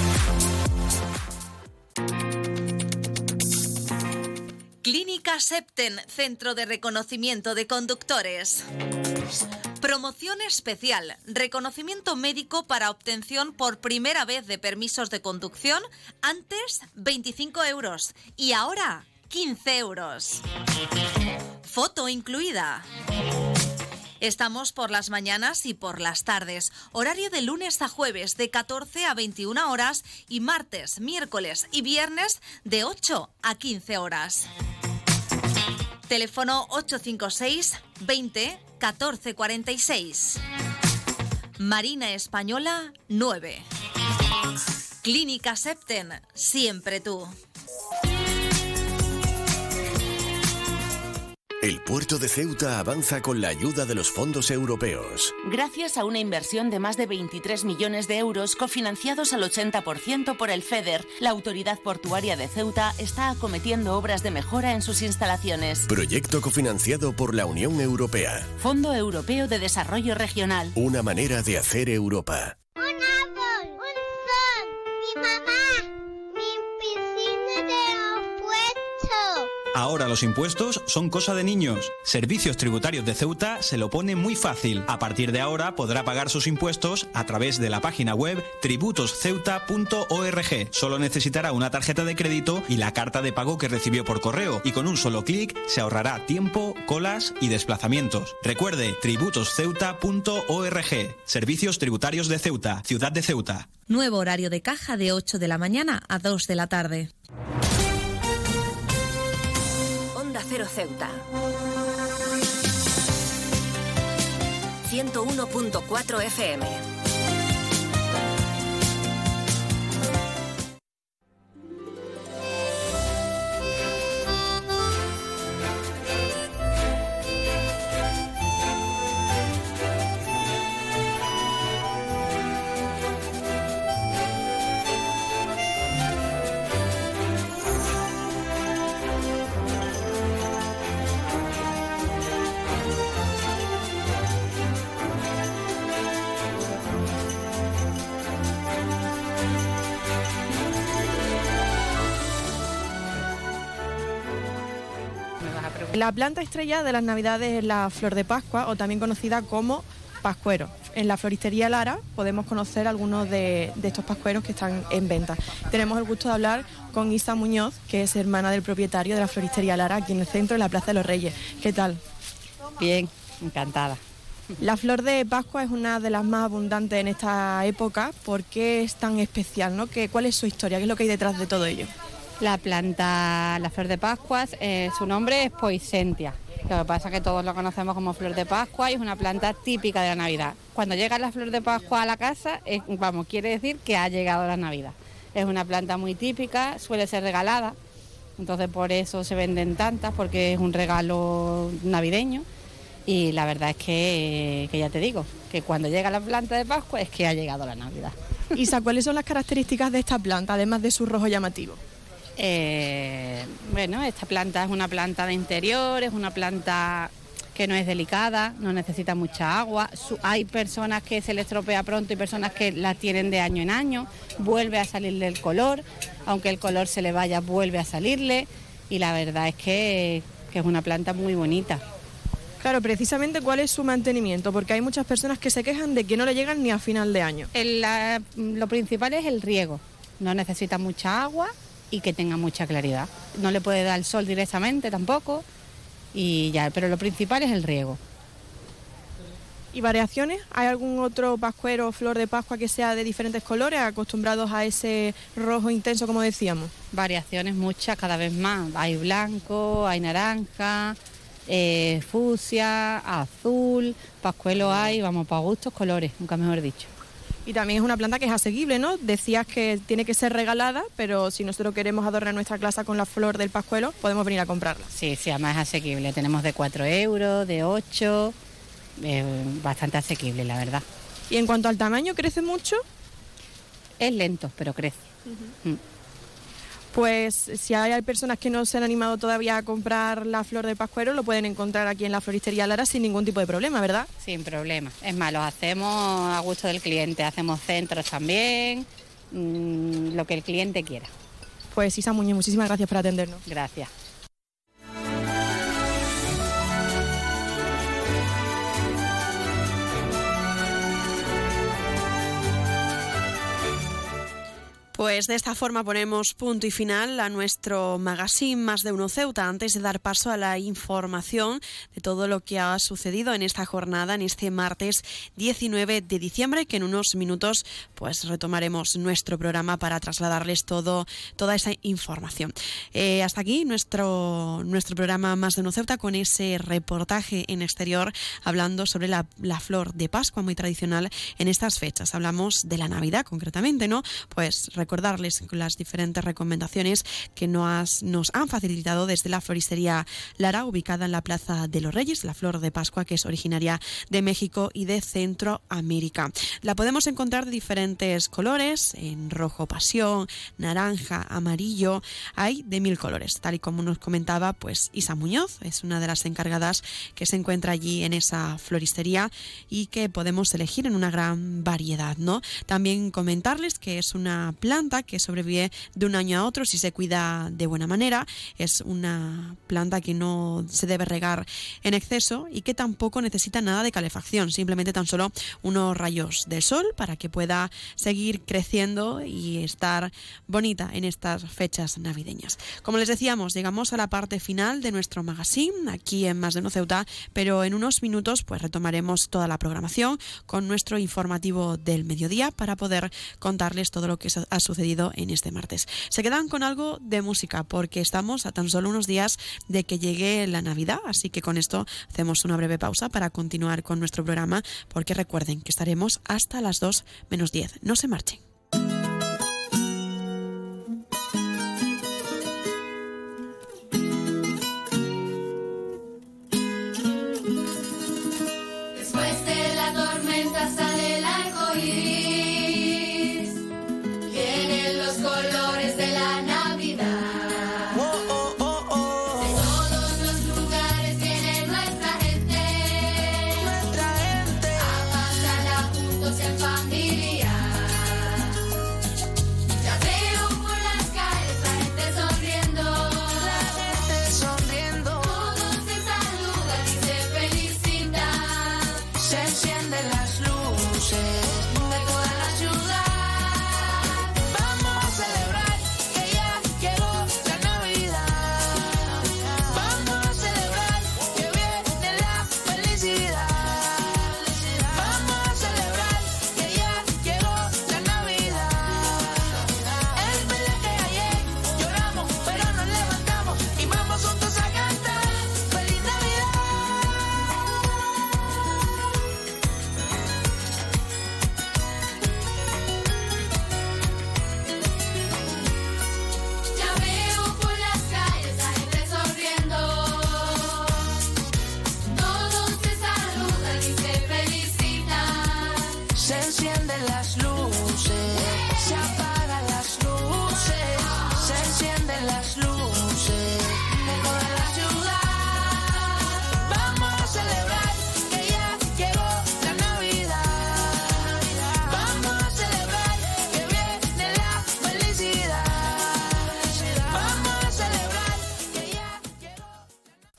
Clínica Septen, Centro de Reconocimiento de Conductores. Promoción especial, reconocimiento médico para obtención por primera vez de permisos de conducción, antes 25 euros y ahora 15 euros. Foto incluida. Estamos por las mañanas y por las tardes. Horario de lunes a jueves de 14 a 21 horas y martes, miércoles y viernes de 8 a 15 horas. Teléfono 856 20 14 46. Marina Española 9. Clínica Septen, siempre tú. El puerto de Ceuta avanza con la ayuda de los fondos europeos. Gracias a una inversión de más de 23 millones de euros cofinanciados al 80% por el FEDER, la Autoridad Portuaria de Ceuta está acometiendo obras de mejora en sus instalaciones. Proyecto cofinanciado por la Unión Europea. Fondo Europeo de Desarrollo Regional. Una manera de hacer Europa. ¡Un árbol! ¡Un sol! ¡Mi mamá! ¡Mi piscina de los puestos! Ahora los impuestos son cosa de niños. Servicios Tributarios de Ceuta se lo pone muy fácil. A partir de ahora podrá pagar sus impuestos a través de la página web tributosceuta.org. Solo necesitará una tarjeta de crédito y la carta de pago que recibió por correo, y con un solo clic se ahorrará tiempo, colas y desplazamientos. Recuerde, tributosceuta.org. Servicios Tributarios de Ceuta, Ciudad de Ceuta. Nuevo horario de caja de 8 de la mañana a 2 de la tarde. Onda Cero Ceuta. 101.4 FM. La planta estrella de las Navidades es la flor de Pascua, o también conocida como pascuero. En la floristería Lara podemos conocer algunos de estos pascueros que están en venta. Tenemos el gusto de hablar con Isa Muñoz, que es hermana del propietario de la floristería Lara, aquí en el centro, en la Plaza de los Reyes. ¿Qué tal? Bien, encantada. La flor de Pascua es una de las más abundantes en esta época. ¿Por qué es tan especial, ¿no? ¿Cuál es su historia? ¿Qué es lo que hay detrás de todo ello? La planta, la flor de Pascua, su nombre es Poicentia. Lo que pasa es que todos lo conocemos como flor de Pascua y es una planta típica de la Navidad. Cuando llega la flor de Pascua a la casa, quiere decir que ha llegado la Navidad. Es una planta muy típica, suele ser regalada, entonces por eso se venden tantas, porque es un regalo navideño. Y la verdad es que ya te digo, que cuando llega la planta de Pascua es que ha llegado la Navidad. Isa, ¿cuáles son las características de esta planta, además de su rojo llamativo? Bueno, esta planta es una planta de interior, es una planta que no es delicada, no necesita mucha agua. Hay personas que se les estropea pronto y personas que la tienen de año en año, vuelve a salirle el color, aunque el color se le vaya, vuelve a salirle, y la verdad es que es una planta muy bonita. Claro, precisamente, ¿cuál es su mantenimiento? Porque hay muchas personas que se quejan de que no le llegan ni a final de año. Lo principal es el riego. No necesita mucha agua y que tenga mucha claridad. No le puede dar el sol directamente tampoco, pero lo principal es el riego. ¿Y variaciones? ¿Hay algún otro pascuero o flor de Pascua que sea de diferentes colores, acostumbrados a ese rojo intenso, como decíamos? Variaciones muchas, cada vez más. Hay blanco, hay naranja, fucsia, azul, pascuelo hay, vamos, para gustos, colores, nunca mejor dicho. Y también es una planta que es asequible, ¿no? Decías que tiene que ser regalada, pero si nosotros queremos adornar nuestra casa con la flor del pascuelo, podemos venir a comprarla. Sí, además es asequible. Tenemos de 4 euros, de 8, bastante asequible, la verdad. ¿Y en cuanto al tamaño, crece mucho? Es lento, pero crece. Uh-huh. Pues si hay personas que no se han animado todavía a comprar la flor del pascuero, lo pueden encontrar aquí en la floristería Lara sin ningún tipo de problema, ¿verdad? Sin problema. Es más, los hacemos a gusto del cliente. Hacemos centros también, lo que el cliente quiera. Pues Isa Muñoz, muchísimas gracias por atendernos. Gracias. Pues de esta forma ponemos punto y final a nuestro magazine Más de Uno Ceuta, antes de dar paso a la información de todo lo que ha sucedido en esta jornada, en este martes 19 de diciembre, que en unos minutos pues retomaremos nuestro programa para trasladarles toda esa información. Hasta aquí nuestro programa Más de Uno Ceuta, con ese reportaje en exterior hablando sobre la flor de Pascua, muy tradicional en estas fechas. Hablamos de la Navidad concretamente, ¿no? Pues recordarles las diferentes recomendaciones que nos han facilitado desde la floristería Lara, ubicada en la Plaza de los Reyes, la flor de Pascua, que es originaria de México y de Centroamérica. La podemos encontrar de diferentes colores, en rojo pasión, naranja, amarillo, hay de 1000 colores, tal y como nos comentaba pues Isa Muñoz, es una de las encargadas que se encuentra allí en esa floristería y que podemos elegir en una gran variedad, ¿no? También comentarles que es una planta que sobrevive de un año a otro si se cuida de buena manera. Es una planta que no se debe regar en exceso y que tampoco necesita nada de calefacción, simplemente tan solo unos rayos de sol para que pueda seguir creciendo y estar bonita en estas fechas navideñas. Como les decíamos, llegamos a la parte final de nuestro magazine aquí en Más de Uno Ceuta, pero en unos minutos pues retomaremos toda la programación con nuestro informativo del mediodía para poder contarles todo lo que ha sucedido en este martes. Se quedan con algo de música porque estamos a tan solo unos días de que llegue la Navidad, así que con esto hacemos una breve pausa para continuar con nuestro programa, porque recuerden que estaremos hasta las 2 menos 10. No se marchen. Después de la tormenta sale el arco iris, vienen los colores de la Navidad. De todos los lugares viene nuestra gente a pasarla juntos en familia.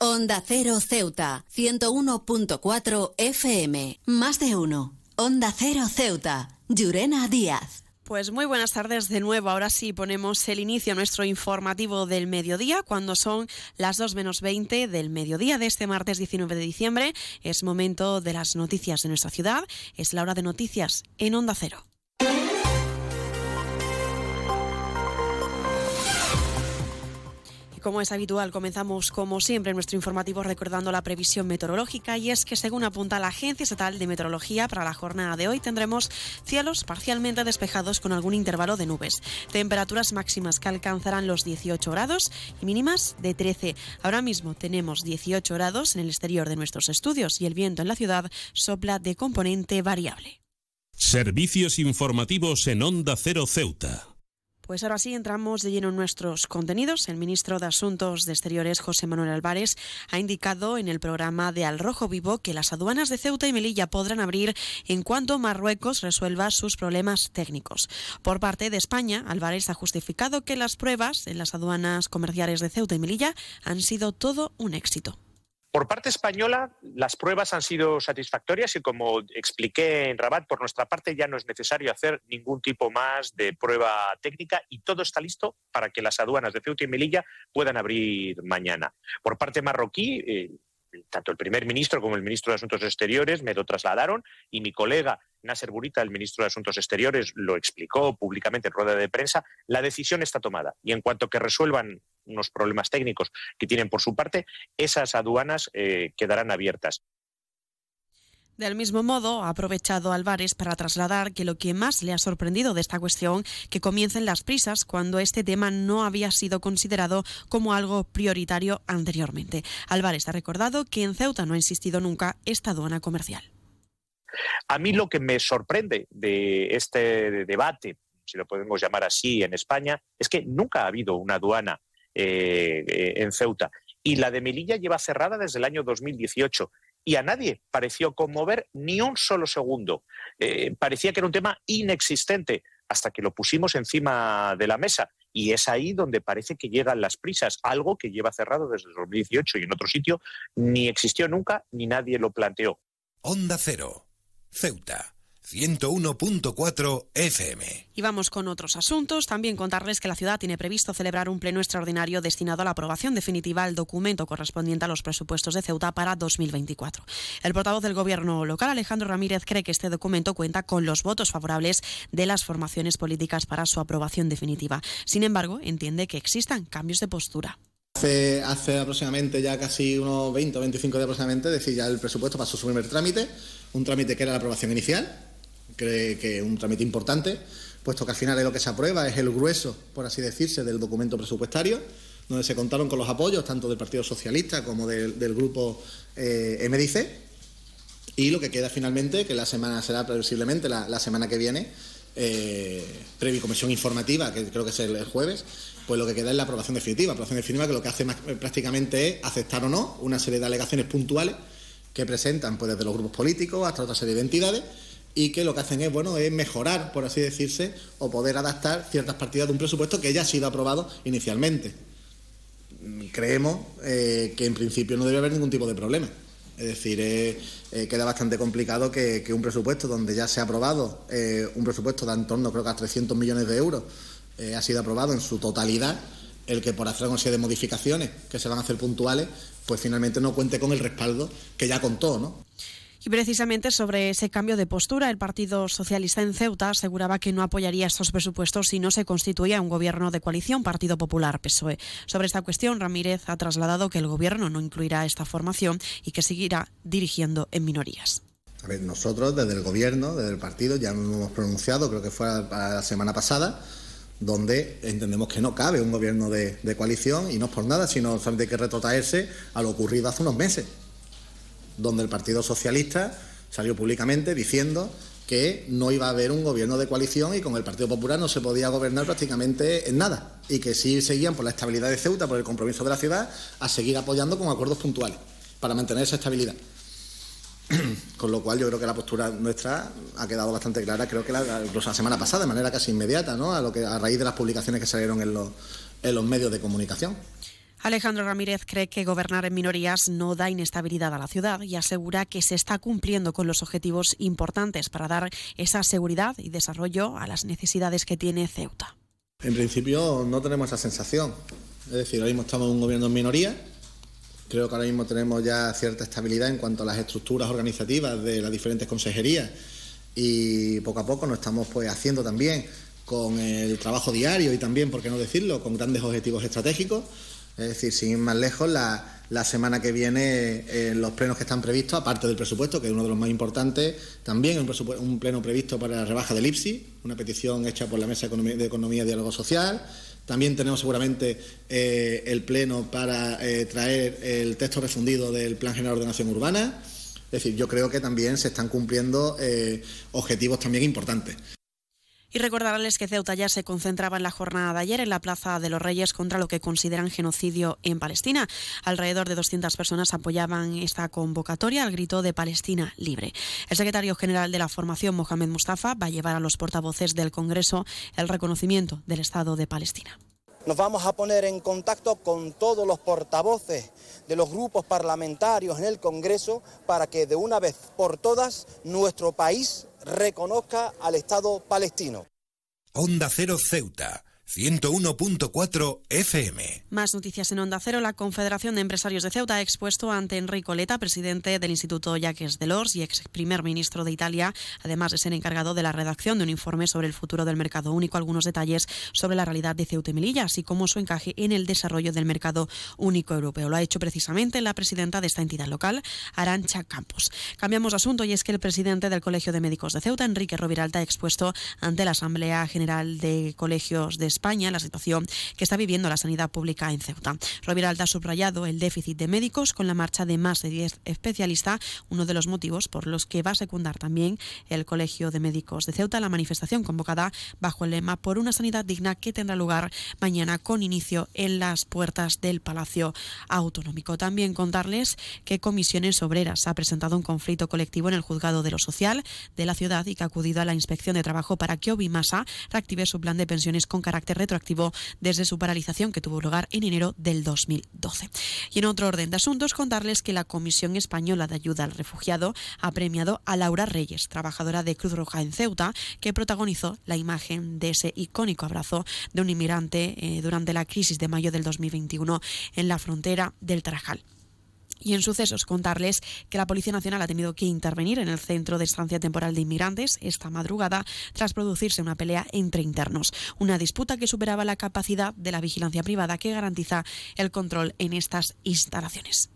Onda Cero Ceuta, 101.4 FM. Más de uno. Onda Cero Ceuta, Llurena Díaz. Pues muy buenas tardes de nuevo. Ahora sí ponemos el inicio a nuestro informativo del mediodía, cuando son las 2:20 del mediodía de este martes 19 de diciembre. Es momento de las noticias de nuestra ciudad. Es la hora de noticias en Onda Cero. Como es habitual, comenzamos como siempre nuestro informativo recordando la previsión meteorológica, y es que según apunta la Agencia Estatal de Meteorología, para la jornada de hoy tendremos cielos parcialmente despejados con algún intervalo de nubes, temperaturas máximas que alcanzarán los 18 grados y mínimas de 13. Ahora mismo tenemos 18 grados en el exterior de nuestros estudios y el viento en la ciudad sopla de componente variable. Servicios informativos en Onda Cero Ceuta. Pues ahora sí, entramos de lleno en nuestros contenidos. El ministro de Asuntos de Exteriores, José Manuel Álvarez, ha indicado en el programa de Al Rojo Vivo que las aduanas de Ceuta y Melilla podrán abrir en cuanto Marruecos resuelva sus problemas técnicos. Por parte de España, Álvarez ha justificado que las pruebas en las aduanas comerciales de Ceuta y Melilla han sido todo un éxito. Por parte española, las pruebas han sido satisfactorias y, como expliqué en Rabat, por nuestra parte ya no es necesario hacer ningún tipo más de prueba técnica y todo está listo para que las aduanas de Ceuta y Melilla puedan abrir mañana. Por parte marroquí, tanto el primer ministro como el ministro de Asuntos Exteriores me lo trasladaron y mi colega Nasser Bourita, el ministro de Asuntos Exteriores, lo explicó públicamente en rueda de prensa. La decisión está tomada y en cuanto que resuelvan unos problemas técnicos que tienen por su parte, esas aduanas quedarán abiertas. Del mismo modo, ha aprovechado Álvarez para trasladar que lo que más le ha sorprendido de esta cuestión, que comiencen las prisas cuando este tema no había sido considerado como algo prioritario anteriormente. Álvarez ha recordado que en Ceuta no ha existido nunca esta aduana comercial. A mí lo que me sorprende de este debate, si lo podemos llamar así, en España, es que nunca ha habido una aduana en Ceuta. Y la de Melilla lleva cerrada desde el año 2018. Y a nadie pareció conmover ni un solo segundo. Parecía que era un tema inexistente hasta que lo pusimos encima de la mesa. Y es ahí donde parece que llegan las prisas, algo que lleva cerrado desde el 2018 y en otro sitio ni existió nunca ni nadie lo planteó. Onda Cero, Ceuta. 101.4 FM. Y vamos con otros asuntos. También contarles que la ciudad tiene previsto celebrar un pleno extraordinario destinado a la aprobación definitiva del documento correspondiente a los presupuestos de Ceuta para 2024. El portavoz del Gobierno local, Alejandro Ramírez, cree que este documento cuenta con los votos favorables de las formaciones políticas para su aprobación definitiva. Sin embargo, entiende que existan cambios de postura. Hace aproximadamente ya casi unos 20 o 25 días aproximadamente, es decir, ya el presupuesto pasó su primer trámite, un trámite que era la aprobación inicial, que es un trámite importante, puesto que al final es lo que se aprueba, es el grueso, por así decirse, del documento presupuestario, donde se contaron con los apoyos tanto del Partido Socialista como del grupo MDC, y lo que queda finalmente, que la semana será previsiblemente la semana que viene, previa comisión informativa, que creo que es el jueves, pues lo que queda es la aprobación definitiva, que lo que hace prácticamente es aceptar o no una serie de alegaciones puntuales que presentan pues desde los grupos políticos hasta otra serie de entidades, y que lo que hacen es mejorar, por así decirse, o poder adaptar ciertas partidas de un presupuesto que ya ha sido aprobado inicialmente. Creemos que en principio no debe haber ningún tipo de problema. Es decir, queda bastante complicado que un presupuesto donde ya se ha aprobado, un presupuesto de en torno creo que a 300 millones de euros, ha sido aprobado en su totalidad, el que por hacer una serie de modificaciones que se van a hacer puntuales, pues finalmente no cuente con el respaldo que ya contó, ¿no? Y precisamente sobre ese cambio de postura, el Partido Socialista en Ceuta aseguraba que no apoyaría estos presupuestos si no se constituía un gobierno de coalición Partido Popular-PSOE. Sobre esta cuestión, Ramírez ha trasladado que el gobierno no incluirá esta formación y que seguirá dirigiendo en minorías. A ver, nosotros desde el gobierno, desde el partido, ya nos hemos pronunciado, creo que fue la semana pasada, donde entendemos que no cabe un gobierno de coalición, y no es por nada, sino solamente hay que retrotraerse a lo ocurrido hace unos meses, donde el Partido Socialista salió públicamente diciendo que no iba a haber un gobierno de coalición y con el Partido Popular no se podía gobernar prácticamente en nada, y que sí seguían por la estabilidad de Ceuta, por el compromiso de la ciudad, a seguir apoyando con acuerdos puntuales para mantener esa estabilidad. Con lo cual yo creo que la postura nuestra ha quedado bastante clara, creo que incluso la semana pasada, de manera casi inmediata, ¿no? A raíz de las publicaciones que salieron en los medios de comunicación. Alejandro Ramírez cree que gobernar en minorías no da inestabilidad a la ciudad y asegura que se está cumpliendo con los objetivos importantes para dar esa seguridad y desarrollo a las necesidades que tiene Ceuta. En principio no tenemos esa sensación. Es decir, ahora mismo estamos en un gobierno en minoría. Creo que ahora mismo tenemos ya cierta estabilidad en cuanto a las estructuras organizativas de las diferentes consejerías y poco a poco nos estamos haciendo también con el trabajo diario y también, por qué no decirlo, con grandes objetivos estratégicos. Es decir, sin ir más lejos, la semana que viene los plenos que están previstos, aparte del presupuesto, que es uno de los más importantes, también un pleno previsto para la rebaja del IPSI, una petición hecha por la Mesa de Economía y Diálogo Social. También tenemos seguramente el pleno para traer el texto refundido del Plan General de Ordenación Urbana. Es decir, yo creo que también se están cumpliendo objetivos también importantes. Y recordarles que Ceuta ya se concentraba en la jornada de ayer en la Plaza de los Reyes contra lo que consideran genocidio en Palestina. Alrededor de 200 personas apoyaban esta convocatoria al grito de Palestina libre. El secretario general de la formación, Mohamed Mustafa, va a llevar a los portavoces del Congreso el reconocimiento del Estado de Palestina. Nos vamos a poner en contacto con todos los portavoces de los grupos parlamentarios en el Congreso para que de una vez por todas nuestro país reconozca al Estado palestino. Onda Cero Ceuta, 101.4 FM. Más noticias en Onda Cero. La Confederación de Empresarios de Ceuta ha expuesto ante Enrico Letta, presidente del Instituto Jacques Delors y ex primer ministro de Italia, además de ser encargado de la redacción de un informe sobre el futuro del mercado único, algunos detalles sobre la realidad de Ceuta y Melilla, así como su encaje en el desarrollo del mercado único europeo. Lo ha hecho precisamente la presidenta de esta entidad local, Arantxa Campos. Cambiamos de asunto y es que el presidente del Colegio de Médicos de Ceuta, Enrique Roviralta, ha expuesto ante la Asamblea General de Colegios de España la situación que está viviendo la sanidad pública en Ceuta. Roviralta ha subrayado el déficit de médicos con la marcha de más de 10 especialistas, uno de los motivos por los que va a secundar también el Colegio de Médicos de Ceuta la manifestación convocada bajo el lema por una sanidad digna, que tendrá lugar mañana con inicio en las puertas del Palacio Autonómico. También contarles que Comisiones Obreras ha presentado un conflicto colectivo en el Juzgado de lo Social de la ciudad y que ha acudido a la Inspección de Trabajo para que Obimasa reactive su plan de pensiones con carácter retroactivo desde su paralización que tuvo lugar en enero del 2012. Y en otro orden de asuntos, contarles que la Comisión Española de Ayuda al Refugiado ha premiado a Laura Reyes, trabajadora de Cruz Roja en Ceuta, que protagonizó la imagen de ese icónico abrazo de un inmigrante durante la crisis de mayo del 2021 en la frontera del Tarajal. Y en sucesos, contarles que la Policía Nacional ha tenido que intervenir en el centro de estancia temporal de inmigrantes esta madrugada tras producirse una pelea entre internos. Una disputa que superaba la capacidad de la vigilancia privada que garantiza el control en estas instalaciones.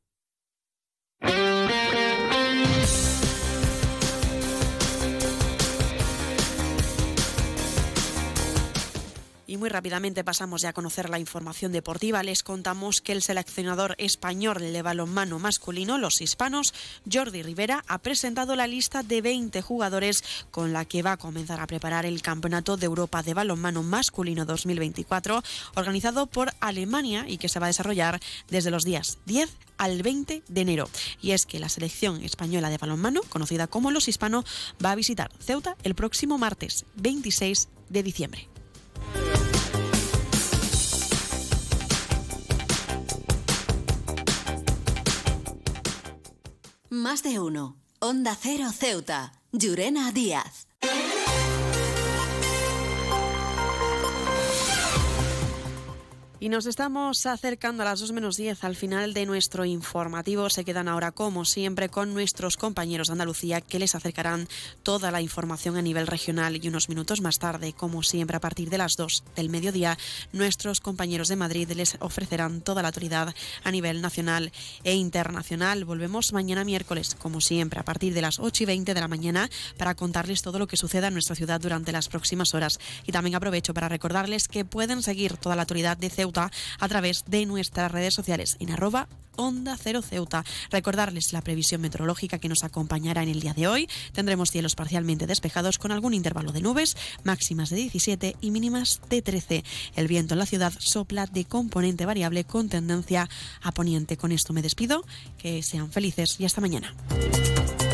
Y muy rápidamente pasamos ya a conocer la información deportiva. Les contamos que el seleccionador español de balonmano masculino, los hispanos, Jordi Rivera, ha presentado la lista de 20 jugadores con la que va a comenzar a preparar el Campeonato de Europa de Balonmano Masculino 2024, organizado por Alemania y que se va a desarrollar desde los días 10 al 20 de enero. Y es que la selección española de balonmano, conocida como los hispanos, va a visitar Ceuta el próximo martes 26 de diciembre. Más de uno. Onda Cero Ceuta. Llurena Díaz. Y nos estamos acercando a las 2 menos 10 al final de nuestro informativo. Se quedan ahora, como siempre, con nuestros compañeros de Andalucía, que les acercarán toda la información a nivel regional. Y unos minutos más tarde, como siempre, a partir de las 2 del mediodía, nuestros compañeros de Madrid les ofrecerán toda la actualidad a nivel nacional e internacional. Volvemos mañana miércoles, como siempre, a partir de las 8:20 de la mañana, para contarles todo lo que suceda en nuestra ciudad durante las próximas horas. Y también aprovecho para recordarles que pueden seguir toda la actualidad de Ceuta a través de nuestras redes sociales en @Onda Cero Ceuta. Recordarles la previsión meteorológica que nos acompañará en el día de hoy. Tendremos cielos parcialmente despejados con algún intervalo de nubes, máximas de 17 y mínimas de 13. El viento en la ciudad sopla de componente variable con tendencia a poniente. Con esto me despido, que sean felices y hasta mañana.